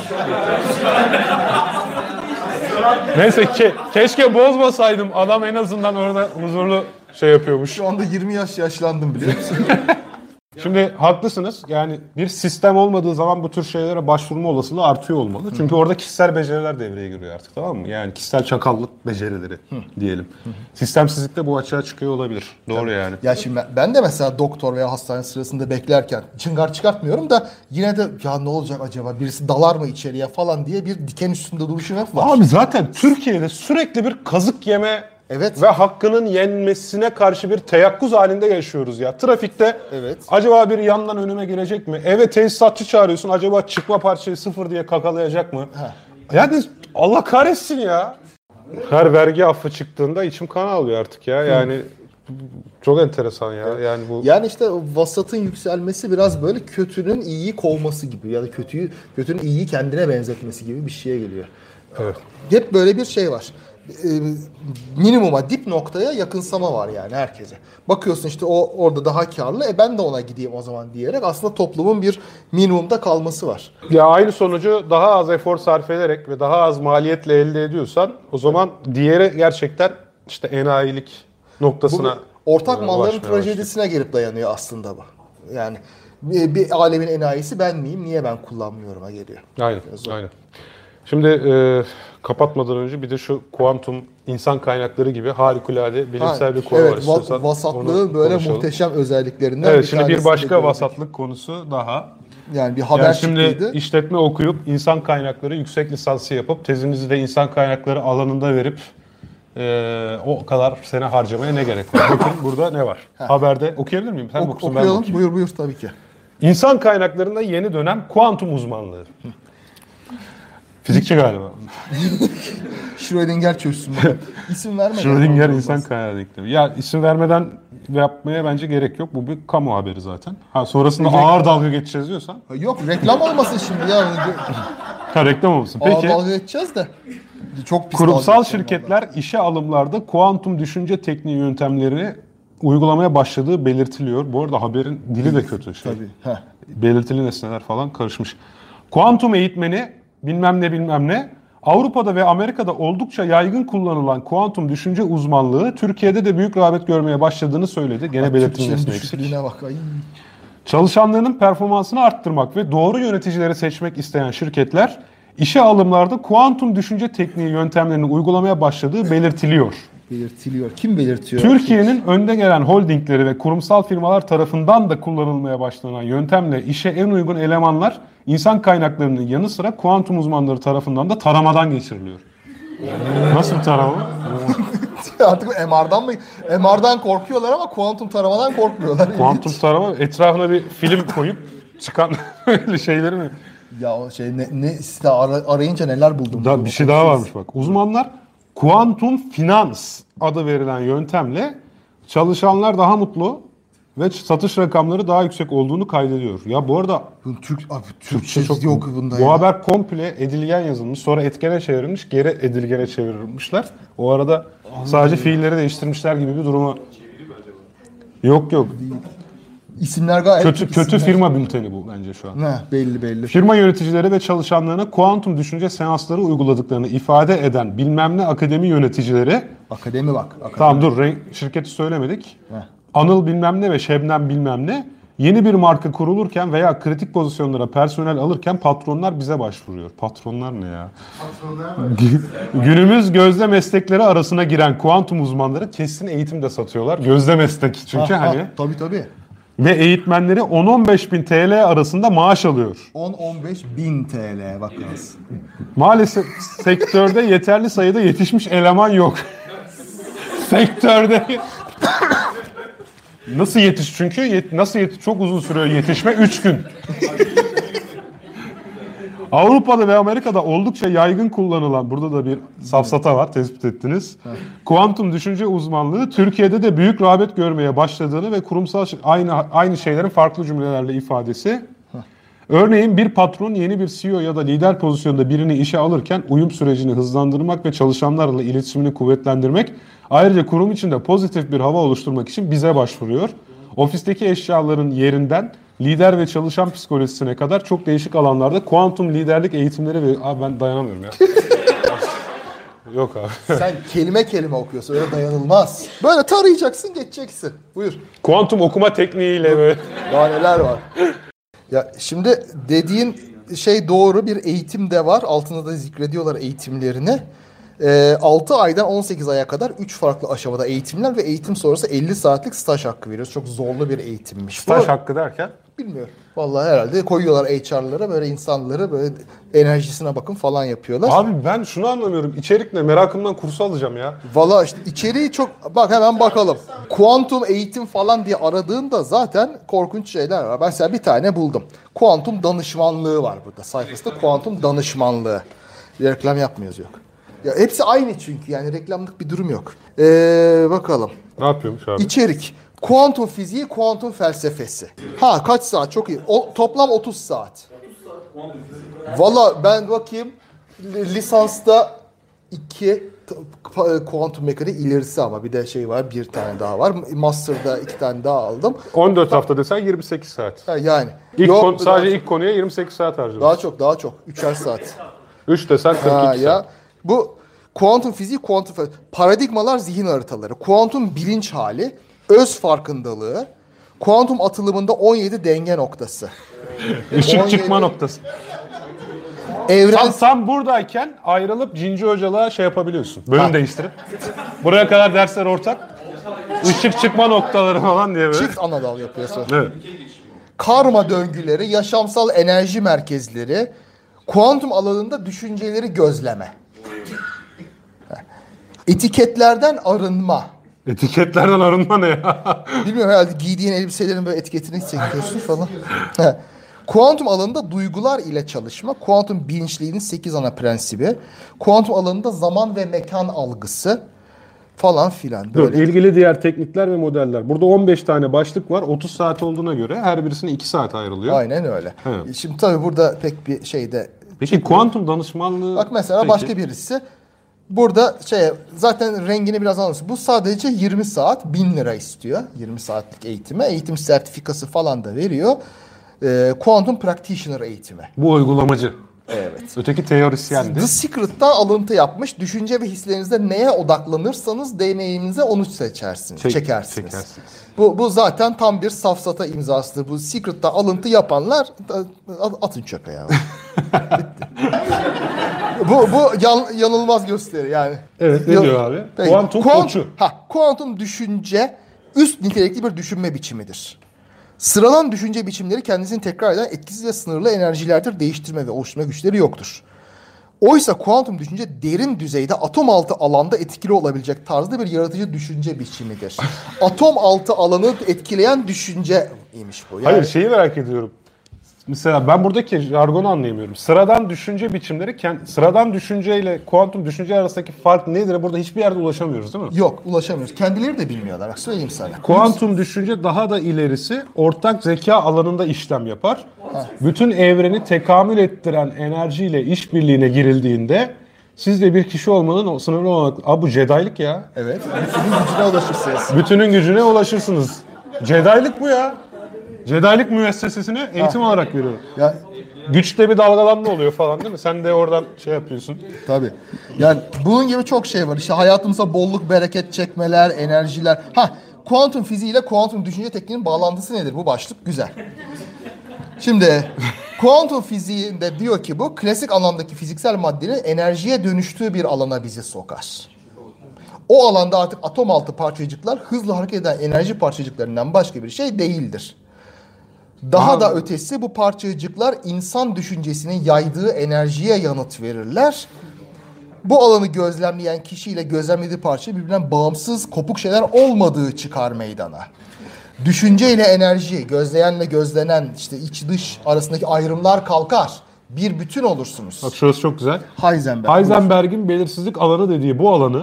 Neyse ke keşke bozmasaydım. Adam en azından orada huzurlu şey yapıyormuş. Şu anda yirmi yaş yaşlandım biliyor musun? Şimdi haklısınız. Yani bir sistem olmadığı zaman bu tür şeylere başvurma olasılığı artıyor olmalı. Çünkü orada kişisel beceriler devreye giriyor artık, tamam mı? Yani kişisel çakallık becerileri diyelim. Sistemsizlik de bu açığa çıkıyor olabilir. Doğru Tabii. yani. Ya şimdi ben, ben de mesela doktor veya hastane sırasında beklerken çıngar çıkartmıyorum da yine de ya ne olacak acaba birisi dalar mı içeriye falan diye bir diken üstünde duruşum hep var. Abi zaten Türkiye'de sürekli bir kazık yeme Evet. ve hakkının yenmesine karşı bir teyakkuz halinde yaşıyoruz ya. Trafikte evet. acaba bir yandan önüme girecek mi? Eve tesisatçı çağırıyorsun. Acaba çıkma parçayı sıfır diye kakalayacak mı? Heh. Yani Allah kahretsin ya. Her vergi affı çıktığında içim kan ağlıyor artık ya. Yani Hı. çok enteresan ya. Evet. Yani bu Yani işte vasatın yükselmesi biraz böyle kötünün iyiyi kovması gibi ya da kötüyü kötünün iyiyi kendine benzetmesi gibi bir şeye geliyor. Evet. Hep böyle bir şey var. Minimuma, dip noktaya yakınsama var yani herkese. Bakıyorsun işte o orada daha karlı, e ben de ona gideyim o zaman diyerek aslında toplumun bir minimumda kalması var. Ya aynı sonucu daha az efor sarf ederek ve daha az maliyetle elde ediyorsan o zaman diğeri gerçekten işte enayilik noktasına bu, ortak malların trajedisine gelip dayanıyor aslında bu. Yani bir, bir alemin enayisi ben miyim? Niye ben kullanmıyorum'a geliyor. Aynen, aynen. Şimdi e, kapatmadan önce bir de şu kuantum insan kaynakları gibi harikulade bilimsel ha, bir konu evet, var istiyorsan. Vasatlığın böyle konuşalım. Muhteşem özelliklerinden evet, bir şimdi bir başka vasatlık konusu daha. Yani bir haber yani şimdi çıktıydı. işletme okuyup insan kaynakları yüksek lisansı yapıp tezinizi de insan kaynakları alanında verip e, o kadar sene harcamaya ne gerek var? Bakın burada ne var? Ha. Haberde okuyabilir miyim? Sen ok, okusun, okuyalım. ben okuyayım. Buyur buyur tabii ki. İnsan kaynaklarında yeni dönem kuantum uzmanlığı. Fizikçi galiba. Schrödinger çözsün. İsim vermeden. Schrödinger insan kaynağı eklemi. Ya isim vermeden yapmaya bence gerek yok. Bu bir kamu haberi zaten. Ha sonrasında Reklam. ağır dalga geçeceğiz diyorsan. Yok reklam olmasın şimdi ya. Ha reklam olmasın. Peki. Peki. Ağır dalga geçeceğiz de. Çok pis kurumsal şirketler vallahi. işe alımlarda kuantum düşünce tekniği yöntemlerini uygulamaya başladığı belirtiliyor. Bu arada haberin dili de kötü. Şey. Tabii. Heh. Belirtili nesneler falan karışmış. Kuantum eğitmeni bilmem ne bilmem ne. Avrupa'da ve Amerika'da oldukça yaygın kullanılan kuantum düşünce uzmanlığı Türkiye'de de büyük rağbet görmeye başladığını söyledi. Gene belirtilmesine eksik. Bak, ay. Çalışanlarının performansını arttırmak ve doğru yöneticileri seçmek isteyen şirketler işe alımlarda kuantum düşünce tekniği yöntemlerini uygulamaya başladığı belirtiliyor. Belirtiliyor. Kim belirtiyor? Türkiye'nin önde gelen holdingleri ve kurumsal firmalar tarafından da kullanılmaya başlanan yöntemle işe en uygun elemanlar insan kaynaklarının yanı sıra kuantum uzmanları tarafından da taramadan geçiriliyor. Nasıl bir tarama? Artık M R'dan mı? M R'dan korkuyorlar ama kuantum taramadan korkmuyorlar. Kuantum tarama etrafına bir film koyup çıkan öyle şeyleri mi? Ya o şey ne, ne site ara- arayınca neler buldum. Da, bir şey daha varmış bak. Uzmanlar kuantum finans adı verilen yöntemle çalışanlar daha mutlu ve satış rakamları daha yüksek olduğunu kaydediyor. Ya bu arada Bu Türk abi Türkçe Türkçe çok yok bunda bu ya. haber komple edilgen yazılmış, sonra etkene çevrilmiş, geri edilgene çevirmişler. O arada sadece fiilleri değiştirmişler gibi bir duruma. Yok yok. İsimler gayet Kötü Türk kötü isimler. firma bülteni bu bence şu an. Ne belli belli. Firma yöneticileri ve çalışanlarına kuantum düşünce seansları uyguladıklarını ifade eden bilmem ne akademi yöneticileri, Akademi bak. Akademi. tamam dur renk, şirketi söylemedik. Heh. Anıl bilmem ne ve Şebnem bilmem ne yeni bir marka kurulurken veya kritik pozisyonlara personel alırken patronlar bize başvuruyor. Patronlar ne ya? Patronlar var. Günümüz gözde meslekleri arasına giren kuantum uzmanları kesin eğitim de satıyorlar. Gözde meslek çünkü Ha, ha, hani. tabii tabii. Ve eğitmenleri on on beş bin T L arasında maaş alıyor. on on beş bin T L bakınız. Maalesef sektörde yeterli sayıda yetişmiş eleman yok. Sektörde nasıl yetiş çünkü yet, nasıl yetiş çok uzun sürüyor yetişme üç gün. Avrupa'da ve Amerika'da oldukça yaygın kullanılan, burada da bir safsata var, tespit ettiniz. Kuantum düşünce uzmanlığı Türkiye'de de büyük rağbet görmeye başladığını ve kurumsal aynı aynı şeylerin farklı cümlelerle ifadesi. Örneğin bir patron yeni bir C E O ya da lider pozisyonda birini işe alırken uyum sürecini hızlandırmak ve çalışanlarla iletişimini kuvvetlendirmek, ayrıca kurum içinde pozitif bir hava oluşturmak için bize başvuruyor. Ofisteki eşyaların yerinden lider ve çalışan psikolojisine kadar çok değişik alanlarda kuantum liderlik eğitimleri ve... Abi ben dayanamıyorum ya. Yok abi. Sen kelime kelime okuyorsun öyle dayanılmaz. Böyle tarayacaksın geçeceksin. Buyur. Kuantum okuma tekniğiyle böyle. Daha neler var. Ya şimdi dediğin şey doğru, bir eğitim de var. Altında da zikrediyorlar eğitimlerini. Ee, altı aydan on sekiz aya kadar üç farklı aşamada eğitimler ve eğitim sonrası elli saatlik staj hakkı veriyoruz. Çok zorlu bir eğitimmiş. Staj Bu- hakkı derken? Bilmiyorum. Vallahi herhalde koyuyorlar H R'lara böyle insanları böyle enerjisine bakın falan yapıyorlar. Abi ben şunu anlamıyorum. İçerik ne? Merakımdan kursu alacağım ya. Valla işte içeriği çok... Bak hemen bakalım. Kuantum eğitim falan diye aradığında zaten korkunç şeyler var. Ben mesela bir tane buldum. Kuantum danışmanlığı var burada. Sayfasında kuantum danışmanlığı. Reklam yapmıyoruz yok. Ya hepsi aynı çünkü yani reklamlık bir durum yok. Ee, bakalım. Ne yapıyormuş abi? İçerik. Kuantum fiziği, kuantum felsefesi. Ha kaç saat? Çok iyi. O, toplam otuz saat. Valla ben bakayım. Lisansta iki kuantum mekaniği ilerisi ama bir de şey var, bir tane daha var. Master'da iki tane daha aldım. on dört hafta desen yirmi sekiz saat. Ha, yani. İlk Yok, kon- sadece daha, ilk konuya yirmi sekiz saat harcıyorsun. daha çok, daha çok. Üçer saat. üç desen kırk iki Ha, saat. ya. Bu kuantum fiziği, kuantum fel- paradigmalar, zihin haritaları, kuantum bilinç hali, öz farkındalığı, kuantum atılımında on yedi denge noktası. Işık on yedi çıkma noktası. Evren Tam, tam buradayken ayrılıp Cinci Hocalığa şey yapabiliyorsun. Bölüm Ha. değiştirip. Buraya kadar dersler ortak. Işık çıkma noktaları falan diye böyle. çift ana dal yapıyorsun. Evet. Karma döngüleri, yaşamsal enerji merkezleri, kuantum alanında düşünceleri gözleme. Etiketlerden arınma. Etiketlerden arınma ne ya? Bilmiyorum herhalde giydiğin elbiselerin böyle etiketini çekiyorsun falan. He. Kuantum alanında duygular ile çalışma, kuantum bilinçliğinin sekiz ana prensibi, kuantum alanında zaman ve mekan algısı falan filan. Dur, Böyle. ilgili diğer teknikler ve modeller. Burada on beş tane başlık var. otuz saat olduğuna göre her birisine iki saat ayrılıyor. Aynen öyle. Evet. Şimdi tabii burada pek bir şeyde... Peki kuantum danışmanlığı... Bak mesela Peki. başka birisi burada şey zaten rengini biraz anlatırsın. Bu sadece yirmi saat bin lira istiyor. yirmi saatlik eğitime. Eğitim sertifikası falan da veriyor. Ee, Quantum Practitioner eğitimi. Bu uygulamacı. Evet. Öteki teorisyendi. The Secret'tan alıntı yapmış. Düşünce ve hislerinizde neye odaklanırsanız deneyiminize onu seçersiniz, Çek- çekersiniz. çekersiniz. Bu, bu zaten tam bir safsata imzasıdır. Bu Secret'tan alıntı yapanlar atın çöpe ya. Bitti. bu bu yan- yanılmaz gösteri yani. Evet, ne Yo- diyor abi? Peki. Kuantum Kuant- koçu. Ha, kuantum düşünce üst nitelikli bir düşünme biçimidir. Sıralan düşünce biçimleri kendisini tekrar eden etkisiz ve sınırlı enerjilerdir. Değiştirme ve oluşturma güçleri yoktur. Oysa kuantum düşünce derin düzeyde atom altı alanda etkili olabilecek tarzda bir yaratıcı düşünce biçimidir. Atom altı alanı etkileyen düşünceymiş bu. Yani, Hayır şeyi merak ediyorum. Mesela ben buradaki jargonu anlayamıyorum. Sıradan düşünce biçimleri, sıradan düşünceyle kuantum düşünce arasındaki fark nedir? Burada hiçbir yerde ulaşamıyoruz değil mi? yok, ulaşamıyoruz. Kendileri de bilmiyorlar. Bak söyleyeyim sana. Kuantum düşünce daha da ilerisi ortak zeka alanında işlem yapar. Ha. Bütün evreni tekamül ettiren enerjiyle işbirliğine girildiğinde siz de bir kişi olmanın o sınırlı olarak... Aa, bu Jedi'lik ya. Evet. Bütünün gücüne ulaşırsınız. Bütünün gücüne ulaşırsınız. Jedi'lik bu ya. Jedi'lik müessesesine eğitim Ha. olarak veriyorum. Ya, Güçte bir dalgalanma oluyor falan değil mi? Sen de oradan şey yapıyorsun. tabii. Yani bunun gibi çok şey var. İşte hayatımıza bolluk, bereket çekmeler, enerjiler. Ha, kuantum fiziği ile kuantum düşünce tekniğinin bağlantısı nedir? Bu başlık güzel. Şimdi kuantum fiziğinde diyor ki bu klasik anlamdaki fiziksel maddenin enerjiye dönüştüğü bir alana bizi sokar. O alanda artık atom altı parçacıklar hızlı hareket eden enerji parçacıklarından başka bir şey değildir. Daha Aa. da ötesi bu parçacıklar insan düşüncesinin yaydığı enerjiye yanıt verirler. Bu alanı gözlemleyen kişiyle gözlemlediği parça birbirinden bağımsız, kopuk şeyler olmadığı çıkar meydana. Düşünce ile enerji, gözleyenle gözlenen, işte iç dış arasındaki ayrımlar kalkar. Bir bütün olursunuz. Bak şurası çok güzel. Heisenberg. Heisenberg'in belirsizlik alanı dediği bu alanı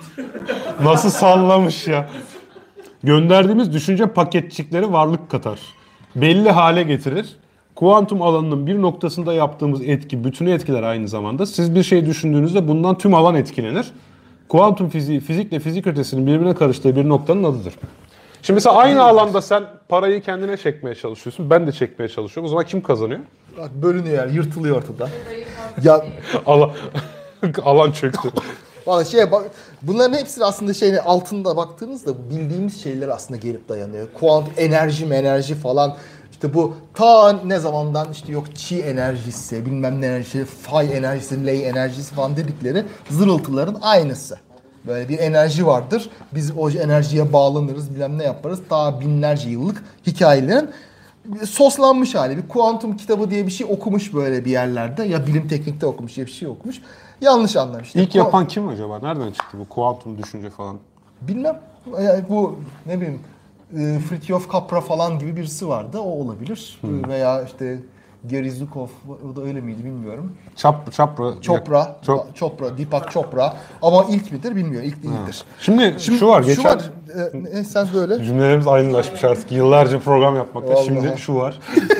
nasıl sallamış ya. Gönderdiğimiz düşünce paketçikleri varlık katar. Belli hale getirir. Kuantum alanının bir noktasında yaptığımız etki bütünü etkiler aynı zamanda. Siz bir şey düşündüğünüzde bundan tüm alan etkilenir. Kuantum fiziği, fizikle fizik ötesinin birbirine karıştığı bir noktanın adıdır. Şimdi mesela aynı alanda sen parayı kendine çekmeye çalışıyorsun. Ben de çekmeye çalışıyorum. O zaman kim kazanıyor? Bak bölünüyor yani, yırtılıyor ortada. Ya Alan, alan çöktü. vallahi şeye bak, bunların hepsi aslında şeyin altında baktığınızda bildiğimiz şeyler aslında gelip dayanıyor. Kuantum enerji, enerji falan. İşte bu ta ne zamandan işte yok çi enerjisi, bilmem ne enerjisi, fay enerjisi, ley enerjisi falan dedikleri zırıltıların aynısı. Böyle bir enerji vardır. Biz o enerjiye bağlanırız, bilmem ne yaparız. Daha binlerce yıllık hikayelerin soslanmış hali. Bir kuantum kitabı diye bir şey okumuş böyle bir yerlerde. Ya bilim teknikte okumuş ya bir şey okumuş. Yanlış anlamış. İlk yapan kim acaba? Nereden çıktı bu kuantum düşünce falan? Bilmem. Yani bu ne bileyim e, Fritjof Capra falan gibi birisi vardı. O olabilir. Hmm. Veya işte Gary Zukov, o da öyle miydi bilmiyorum. Çap, çapra. Chopra, Çok. Chopra, Deepak Chopra. Ama ilk midir bilmiyorum. İlk değildir. Şimdi, Şimdi şu var. Şu Geçen var. E, e, sen söyle. cümlelerimiz aynılaşmış artık. Yıllarca program yapmakta. Vallahi. Şimdi şu var.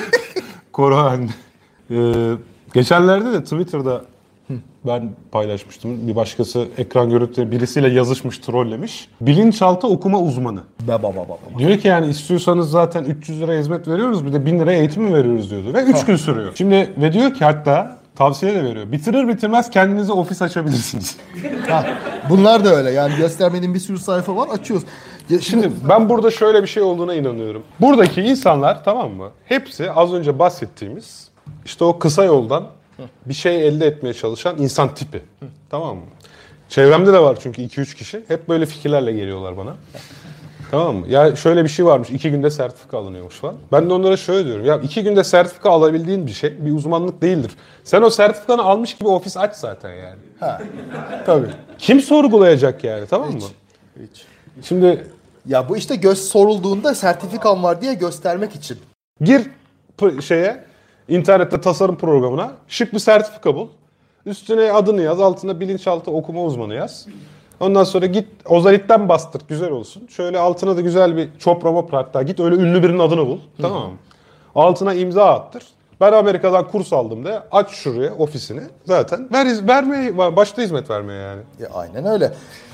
Korona. Ee, geçenlerde de Twitter'da ben paylaşmıştım. Bir başkası ekran görüntüleri birisiyle yazışmış, trollemiş. Bilinçaltı okuma uzmanı. Ba ba ba ba. Diyor ki yani istiyorsanız zaten üç yüz lira hizmet veriyoruz, bir de bin liraya eğitim mi veriyoruz diyordu. Ve üç gün sürüyor. Şimdi ve diyor ki hatta tavsiye de veriyor. Bitirir bitirmez kendinize ofis açabilirsiniz. Ha, bunlar da öyle. Yani göstermediğim bir sürü sayfa var. Açıyoruz. Ya şimdi, Şimdi ben burada şöyle bir şey olduğuna inanıyorum. Buradaki insanlar, tamam mı? Hepsi az önce bahsettiğimiz işte o kısa yoldan bir şey elde etmeye çalışan insan tipi. Tamam mı? Çevremde de var çünkü iki üç kişi. Hep böyle fikirlerle geliyorlar bana. Tamam mı? Ya şöyle bir şey varmış. iki günde sertifika alınıyormuş falan. Ben de onlara şöyle diyorum. Ya iki günde sertifika alabildiğin bir şey bir uzmanlık değildir. Sen o sertifikanı almış gibi ofis aç zaten yani. ha, tabii. Kim sorgulayacak yani, tamam mı? Hiç. Şimdi Ya bu işte göz sorulduğunda sertifikam var diye göstermek için. gir p- şeye, internette tasarım programına, şık bir sertifika bul. Üstüne adını yaz, altına bilinçaltı okuma uzmanı yaz. Ondan sonra git Ozalit'ten bastır, güzel olsun. Şöyle altına da güzel bir Chopra Mopra, hatta git öyle ünlü birinin adını bul. Tamam mı? Altına imza attır. Ben Amerika'dan kurs aldım de, aç şuraya ofisini. Zaten ver, vermeye, başta hizmet vermeye yani. Ya aynen öyle.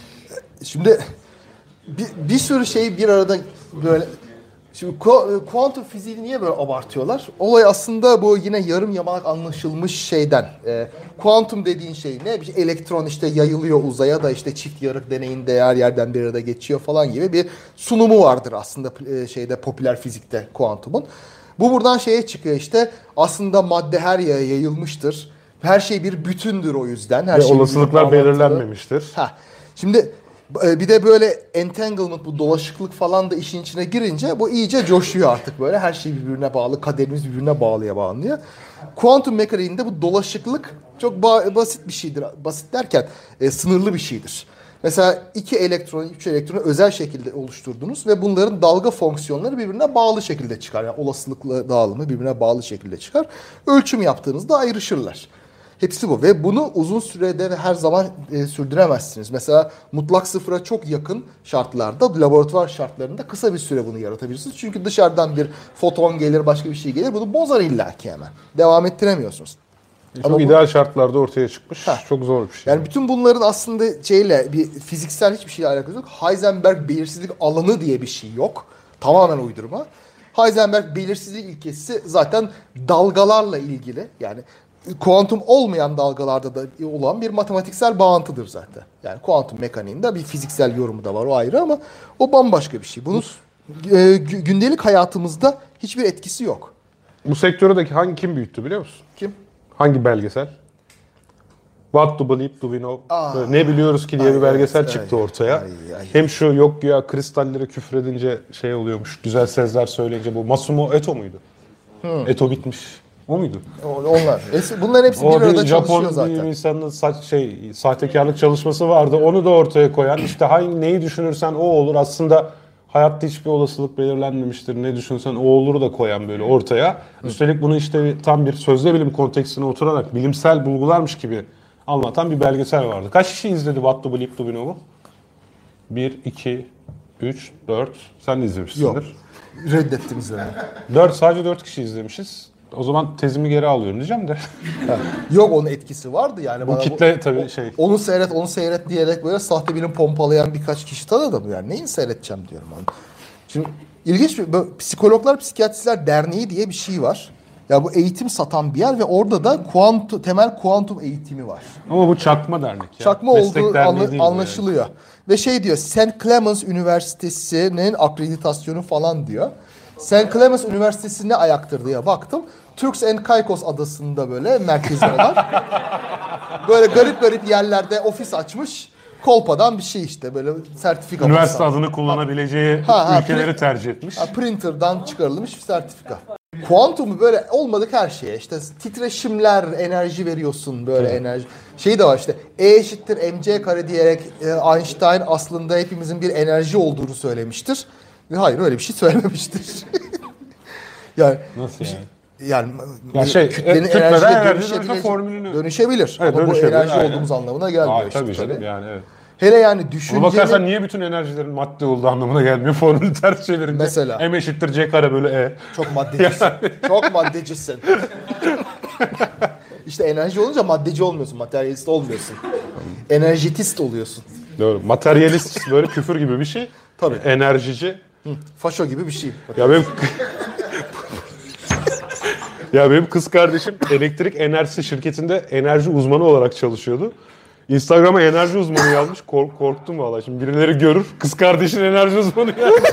Şimdi bir, bir sürü şey bir arada böyle. Şimdi ku- kuantum fiziğini niye böyle abartıyorlar? Olay aslında bu yine yarım yamalak anlaşılmış şeyden. E, kuantum dediğin şey ne? Bir şey, elektron işte yayılıyor uzaya da işte çift yarık deneyinde her yerden bir arada geçiyor falan gibi bir sunumu vardır aslında e, şeyde popüler fizikte kuantumun. Bu buradan şeye çıkıyor işte, aslında madde her yere yayılmıştır. Her şey bir bütündür o yüzden. Her Ve şey olasılıklar birbirine bağlantılı. belirlenmemiştir. Ha. Şimdi E, Bir de böyle entanglement, bu dolaşıklık falan da işin içine girince bu iyice coşuyor artık böyle. Her şey birbirine bağlı, kaderimiz birbirine bağlıya bağlanıyor. Kuantum mekaniğinde bu dolaşıklık çok ba- basit bir şeydir. Basit derken e, sınırlı bir şeydir. Mesela iki elektron, üç elektronu özel şekilde oluşturdunuz ve bunların dalga fonksiyonları birbirine bağlı şekilde çıkar. Yani olasılıkla dağılımı birbirine bağlı şekilde çıkar. Ölçüm yaptığınızda ayrışırlar. Hepsi bu ve bunu uzun sürede ve her zaman e, sürdüremezsiniz. Mesela mutlak sıfıra çok yakın şartlarda, laboratuvar şartlarında kısa bir süre bunu yaratabilirsiniz. Çünkü dışarıdan bir foton gelir, başka bir şey gelir, bunu bozar illaki hemen. Devam ettiremiyorsunuz. Çok Ama bu- ideal şartlarda ortaya çıkmış. Heh. Çok zor bir şey. Yani bütün bunların aslında şeyle, bir fiziksel hiçbir şeyle alakası yok. Heisenberg belirsizlik alanı diye bir şey yok. Tamamen uydurma. Heisenberg belirsizlik ilkesi zaten dalgalarla ilgili. Yani kuantum olmayan dalgalarda da olan bir matematiksel bağıntıdır zaten. Yani kuantum mekaniğinde bir fiziksel yorumu da var, o ayrı, ama o bambaşka bir şey. Bunun e, gü- gündelik hayatımızda hiçbir etkisi yok. Bu sektördeki hangi kim büyüttü biliyor musun? Kim? Hangi belgesel? What to believe do we know? Aa. Böyle ne biliyoruz ki diye Ay, bir belgesel evet, çıktı ay, ortaya. ay, ay. Hem şu yok ya kristallere küfredince şey oluyormuş. Güzel sözler söyleyince bu Masumo Eto muydu? Eto bitmiş. O muydu? O- Onlar. Es- Bunların hepsi bir O bir arada Japon çalışıyor bir zaten. insanın saç şey sahtekarlık çalışması vardı. Onu da ortaya koyan işte hangi neyi düşünürsen o olur. Aslında hayatta hiçbir olasılık belirlenmemiştir. Ne düşünsen o oluru da koyan böyle ortaya. Üstelik bunu işte tam bir sözde bilim kontekstine oturarak bilimsel bulgularmış gibi anlatan bir belgesel vardı. Kaç kişi izledi What to Believe Do We Know'u? bir, iki, üç, dört. Sen de izlemişsindir. Yok. Reddettim izlemeyi. dört sadece dört kişi izlemişiz. O zaman tezimi geri alıyorum diyeceğim de. Yok, onun etkisi vardı yani. Bu Bana kitle tabii şey. Onu seyret, onu seyret diyerek böyle sahte bilim pompalayan birkaç kişi tanıdım yani. Neyini seyredeceğim diyorum onu. Şimdi ilginç bir böyle Psikologlar Psikiyatristler Derneği diye bir şey var. Ya bu eğitim satan bir yer ve orada da kuantum, temel kuantum eğitimi var. Ama bu çakma dernek ya. Çakma Meslek olduğu derneği anla- değil bu yani. anlaşılıyor. Ve şey diyor, Saint Clemens Üniversitesi'nin akreditasyonu falan diyor. Saint Clemens Üniversitesi ne ayaktır diye baktım. Turks and Caicos adasında böyle merkezi olan. Böyle garip garip yerlerde ofis açmış. Kolpadan bir şey işte, böyle sertifika. Üniversite basan. adını kullanabileceği Ha, ha, ülkeleri pri- tercih etmiş. Ha, printer'dan çıkarılmış bir sertifika. Kuantumu böyle olmadık her şeye. İşte titreşimler, enerji veriyorsun böyle enerji. Şey de var işte E eşittir mc kare diyerek e, Einstein aslında hepimizin bir enerji olduğunu söylemiştir. Ve hayır, öyle bir şey söylememiştir. yani Nasıl yani? yani Ya e, şey, kütlenin e, kütleden enerjiye enerji dönüşebilecek- dönüşme formülünü- dönüşebilir. Evet, Ama bu dönüşebilir, enerji aynen. olduğumuz anlamına gelmiyor Aa, işte. tabii canım tabii. yani evet. Hele yani Ona düşüncenin... bakarsan niye bütün enerjilerin madde olduğu anlamına gelmiyor formülü ters çevirince. Mesela. M eşittir C kare bölü E. Çok maddecisin. Çok maddecisin. İşte enerji olunca maddeci olmuyorsun, materyalist olmuyorsun. Enerjetist oluyorsun. Doğru. Materyalist böyle küfür gibi bir şey. Tabii. Enerjici. Faşo gibi bir şey. Ya benim Ya benim kız kardeşim elektrik enerjisi şirketinde enerji uzmanı olarak çalışıyordu. Instagram'a enerji uzmanı yazmış. Kork, korktum valla. Şimdi birileri görür. Kız kardeşin enerji uzmanı yazmış.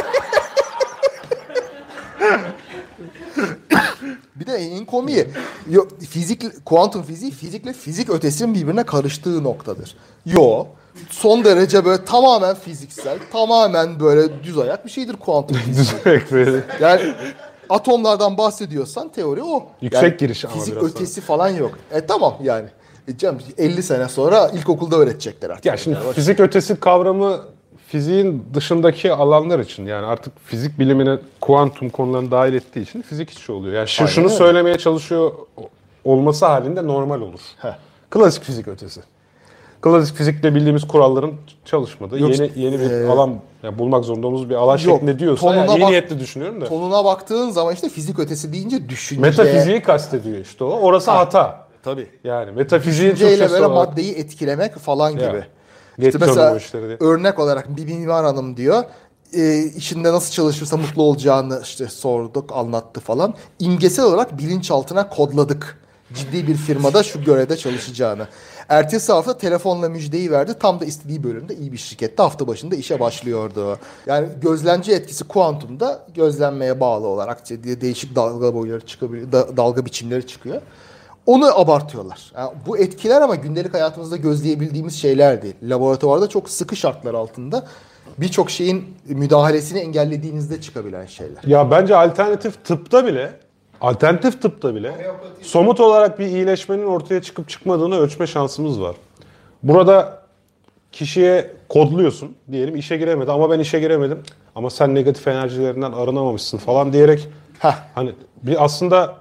Bir de en komiği, yo, fizik, kuantum fiziği fizikle fizik ötesinin birbirine karıştığı noktadır. Yo, son derece böyle tamamen fiziksel, tamamen böyle düz ayak bir şeydir kuantum fiziği. Direkt böyle. Yani atomlardan bahsediyorsan teori o. Yüksek Yani giriş ama fizik biraz ötesi falan yok. E tamam yani. E canım elli sene sonra ilkokulda öğretecekler artık. Ya şimdi Yani fizik ötesi kavramı fiziğin dışındaki alanlar için yani artık fizik bilimine kuantum konularını dahil ettiği için fizik içi oluyor. Yani şu, Aynen şunu öyle. söylemeye çalışıyor olması halinde normal olur. Heh. Klasik fizik ötesi. Klasik fizikte bildiğimiz kuralların çalışmadığı Yok, yeni yeni bir e, alan yani bulmak zorunda olduğumuz bir alan şeklinde diyorsa tonuna yani iyi bak- niyetli düşünüyorum da. tonuna baktığın zaman işte fizik ötesi deyince düşünce. Metafiziği kastediyor işte o. Orası hata. Tabii. Yani metafiziğin Düşünceyle Türkçesi böyle olarak maddeyi etkilemek falan gibi. Ya. İşte Geç mesela canım o işleri diye. örnek olarak bir mimar hanım diyor. E, içinde nasıl çalışırsa mutlu olacağını işte sorduk, anlattı falan. İmgesel olarak bilinçaltına kodladık. Ciddi bir firmada şu görevde çalışacağını. Ertesi hafta telefonla müjdeyi verdi. Tam da istediği bölümde iyi bir şirkette hafta başında işe başlıyordu. Yani gözlemci etkisi kuantumda gözlenmeye bağlı olarak işte değişik dalga boyları çıkabiliyor, da- dalga biçimleri çıkıyor. Onu abartıyorlar. Yani bu etkiler ama gündelik hayatımızda gözleyebildiğimiz şeyler değil. Laboratuvarda çok sıkı şartlar altında birçok şeyin müdahalesini engellediğinizde çıkabilen şeyler. Ya bence alternatif tıpta bile alternatif tıpta bile somut olarak bir iyileşmenin ortaya çıkıp çıkmadığını ölçme şansımız var. Burada kişiye kodluyorsun. Diyelim işe giremedi ama ben işe giremedim. Ama sen negatif enerjilerinden arınamamışsın falan diyerek Heh. hani bir aslında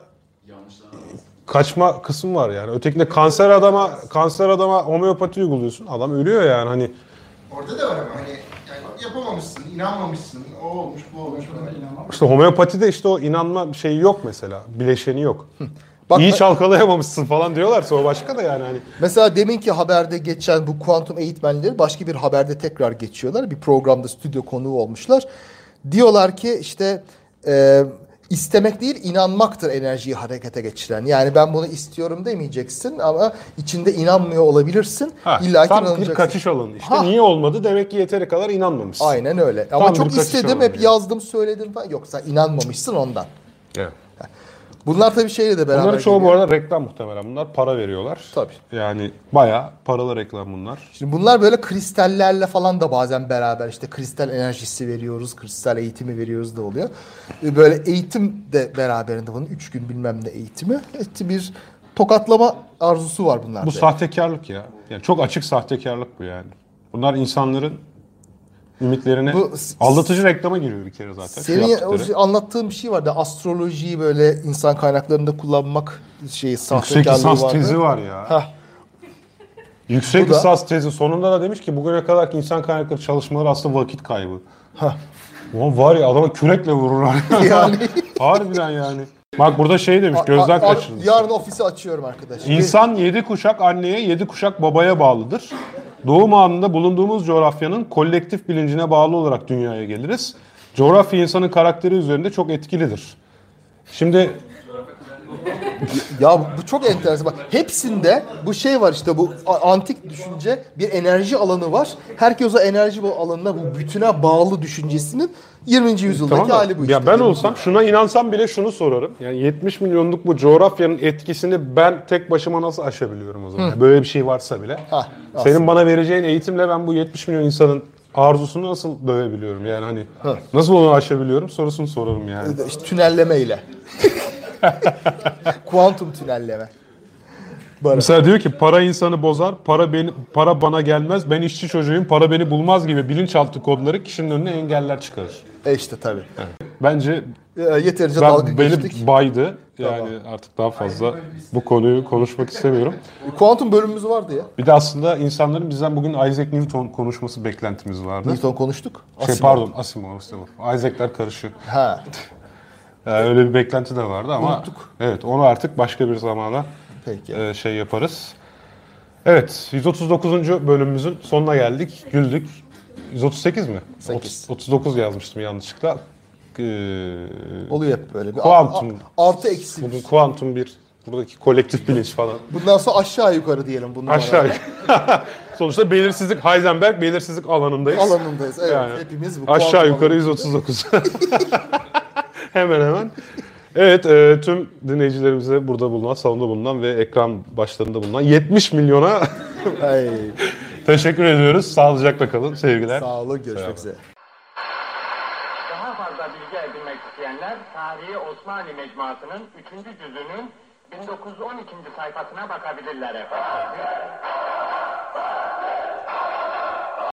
kaçma kısım var yani. Ötekinde kanser adama kanser adama homeopati uyguluyorsun. Adam ölüyor yani hani. Orada da var ama hani yani yapamamışsın, inanmamışsın, o olmuş, bu olmuş. İşte homeopatide işte o inanma şeyi yok mesela. Bileşeni yok. Bak, İyi çalkalayamamışsın falan diyorlarsa o başka da yani hani. Mesela deminki haberde geçen bu kuantum eğitmenleri başka bir haberde tekrar geçiyorlar. Bir programda stüdyo konuğu olmuşlar. Diyorlar ki işte e, istemek değil inanmaktır enerjiyi harekete geçiren. Yani ben bunu istiyorum demeyeceksin ama içinde inanmıyor olabilirsin. Ha, İlla ki tam bir inanacaksın. kaçış alanı işte. Ha. Niye olmadı? Demek ki yeteri kadar inanmamışsın. Aynen öyle. Tam Ama bir çok kaçış istedim alanı hep yani. yazdım söyledim falan. Yoksa inanmamışsın ondan. Evet. Bunlar tabii şeyle de beraber Bunların çoğu bu geliyor. arada reklam muhtemelen. Bunlar para veriyorlar. Tabii. Yani bayağı paralı reklam bunlar. Şimdi bunlar böyle kristallerle falan da bazen beraber işte kristal enerjisi veriyoruz, kristal eğitimi veriyoruz da oluyor. Böyle eğitim de beraberinde bunun üç gün bilmem ne eğitimi. İşte bir tokatlama arzusu var bunlarda. Bu sahtekarlık ya. Yani çok açık sahtekarlık bu yani. Bunlar insanların ümitlerine Bu- aldatıcı reklama giriyor bir kere zaten. şu Senin yaptıkları. o şey- anlattığın bir şey vardı. Astrolojiyi böyle insan kaynaklarında kullanmak şeyi Yüksek sahtekarlığı lisans vardı. tezi var ya. Hah. Yüksek Bu da- lisans tezi sonunda da demiş ki bugüne kadar insan kaynakları çalışmaları aslında vakit kaybı. Hah. Ulan var ya adama kürekle vururlar. Yani. Harbiden yani. Bak burada şey demiş gözden A- a- kaçırılmış. Yarın ofisi açıyorum arkadaş. İnsan yedi kuşak anneye, yedi kuşak babaya bağlıdır. Doğum anında bulunduğumuz coğrafyanın kolektif bilincine bağlı olarak dünyaya geliriz. Coğrafya insanın karakteri üzerinde çok etkilidir. Şimdi Ya bu çok enteresan. Bak hepsinde bu şey var işte bu a- antik düşünce bir enerji alanı var. Herkes o enerji bu alanına bu bütüne bağlı düşüncesinin yirminci yüzyıldaki tamam da, hali bu işte. ya ben olsam şuna inansam bile şunu sorarım. Yani yetmiş milyonluk bu coğrafyanın etkisini ben tek başıma nasıl aşabiliyorum o zaman? Yani böyle bir şey varsa bile. Hah, Senin bana vereceğin eğitimle ben bu yetmiş milyon insanın arzusunu nasıl dövebiliyorum? Yani hani nasıl onu aşabiliyorum sorusunu sorarım yani. İşte tünellemeyle. Kuantum tünelleme. Böyle. Mesela diyor ki para insanı bozar, para beni para bana gelmez, ben işçi çocuğuyum, para beni bulmaz gibi bilinçaltı kodları kişinin önüne engeller çıkarır. E işte tabii. Bence E, yeterince dalga ben beni geçtik. baydı. Yani artık daha fazla bu konuyu konuşmak istemiyorum. Kuantum bölümümüz vardı ya. Bir de aslında insanların bizden bugün Isaac Newton konuşması beklentimiz vardı. Newton konuştuk. Şey Asimov. pardon Asimov, Asimov. Isaac'ler karışıyor. Ha. Yani öyle bir beklenti de vardı ama Unuttuk. evet onu artık başka bir zamana Peki. e, şey yaparız. Evet, yüz otuz dokuzuncu bölümümüzün sonuna geldik. Güldük. yüz otuz sekiz mi? Sekiz. otuz, otuz dokuz yazmıştım yanlışlıkla. Ee, Oluyor hep böyle. Bir Kuantum. a- a- artı eksi. Bugün kuantum bir, buradaki kolektif bilinç falan. Bundan sonra aşağı yukarı diyelim bunun Aşağı yukarı. Sonuçta belirsizlik, Heisenberg belirsizlik alanındayız. alanındayız. Evet, Yani hepimiz bu aşağı kuantum yukarı yüz otuz dokuz. Hemen hemen. Evet, e, tüm dinleyicilerimize burada bulunan, salonda bulunan ve ekran başlarında bulunan yetmiş milyona Ay, teşekkür ediyoruz. Sağlıcakla kalın. Sevgiler. sağ olun, görüşmek üzere. Daha fazla bilgi edinmek isteyenler Tarihi Osmanlı Mecmuası'nın üçüncü cüzünün bin dokuz yüz on ikinci sayfasına bakabilirler efendim.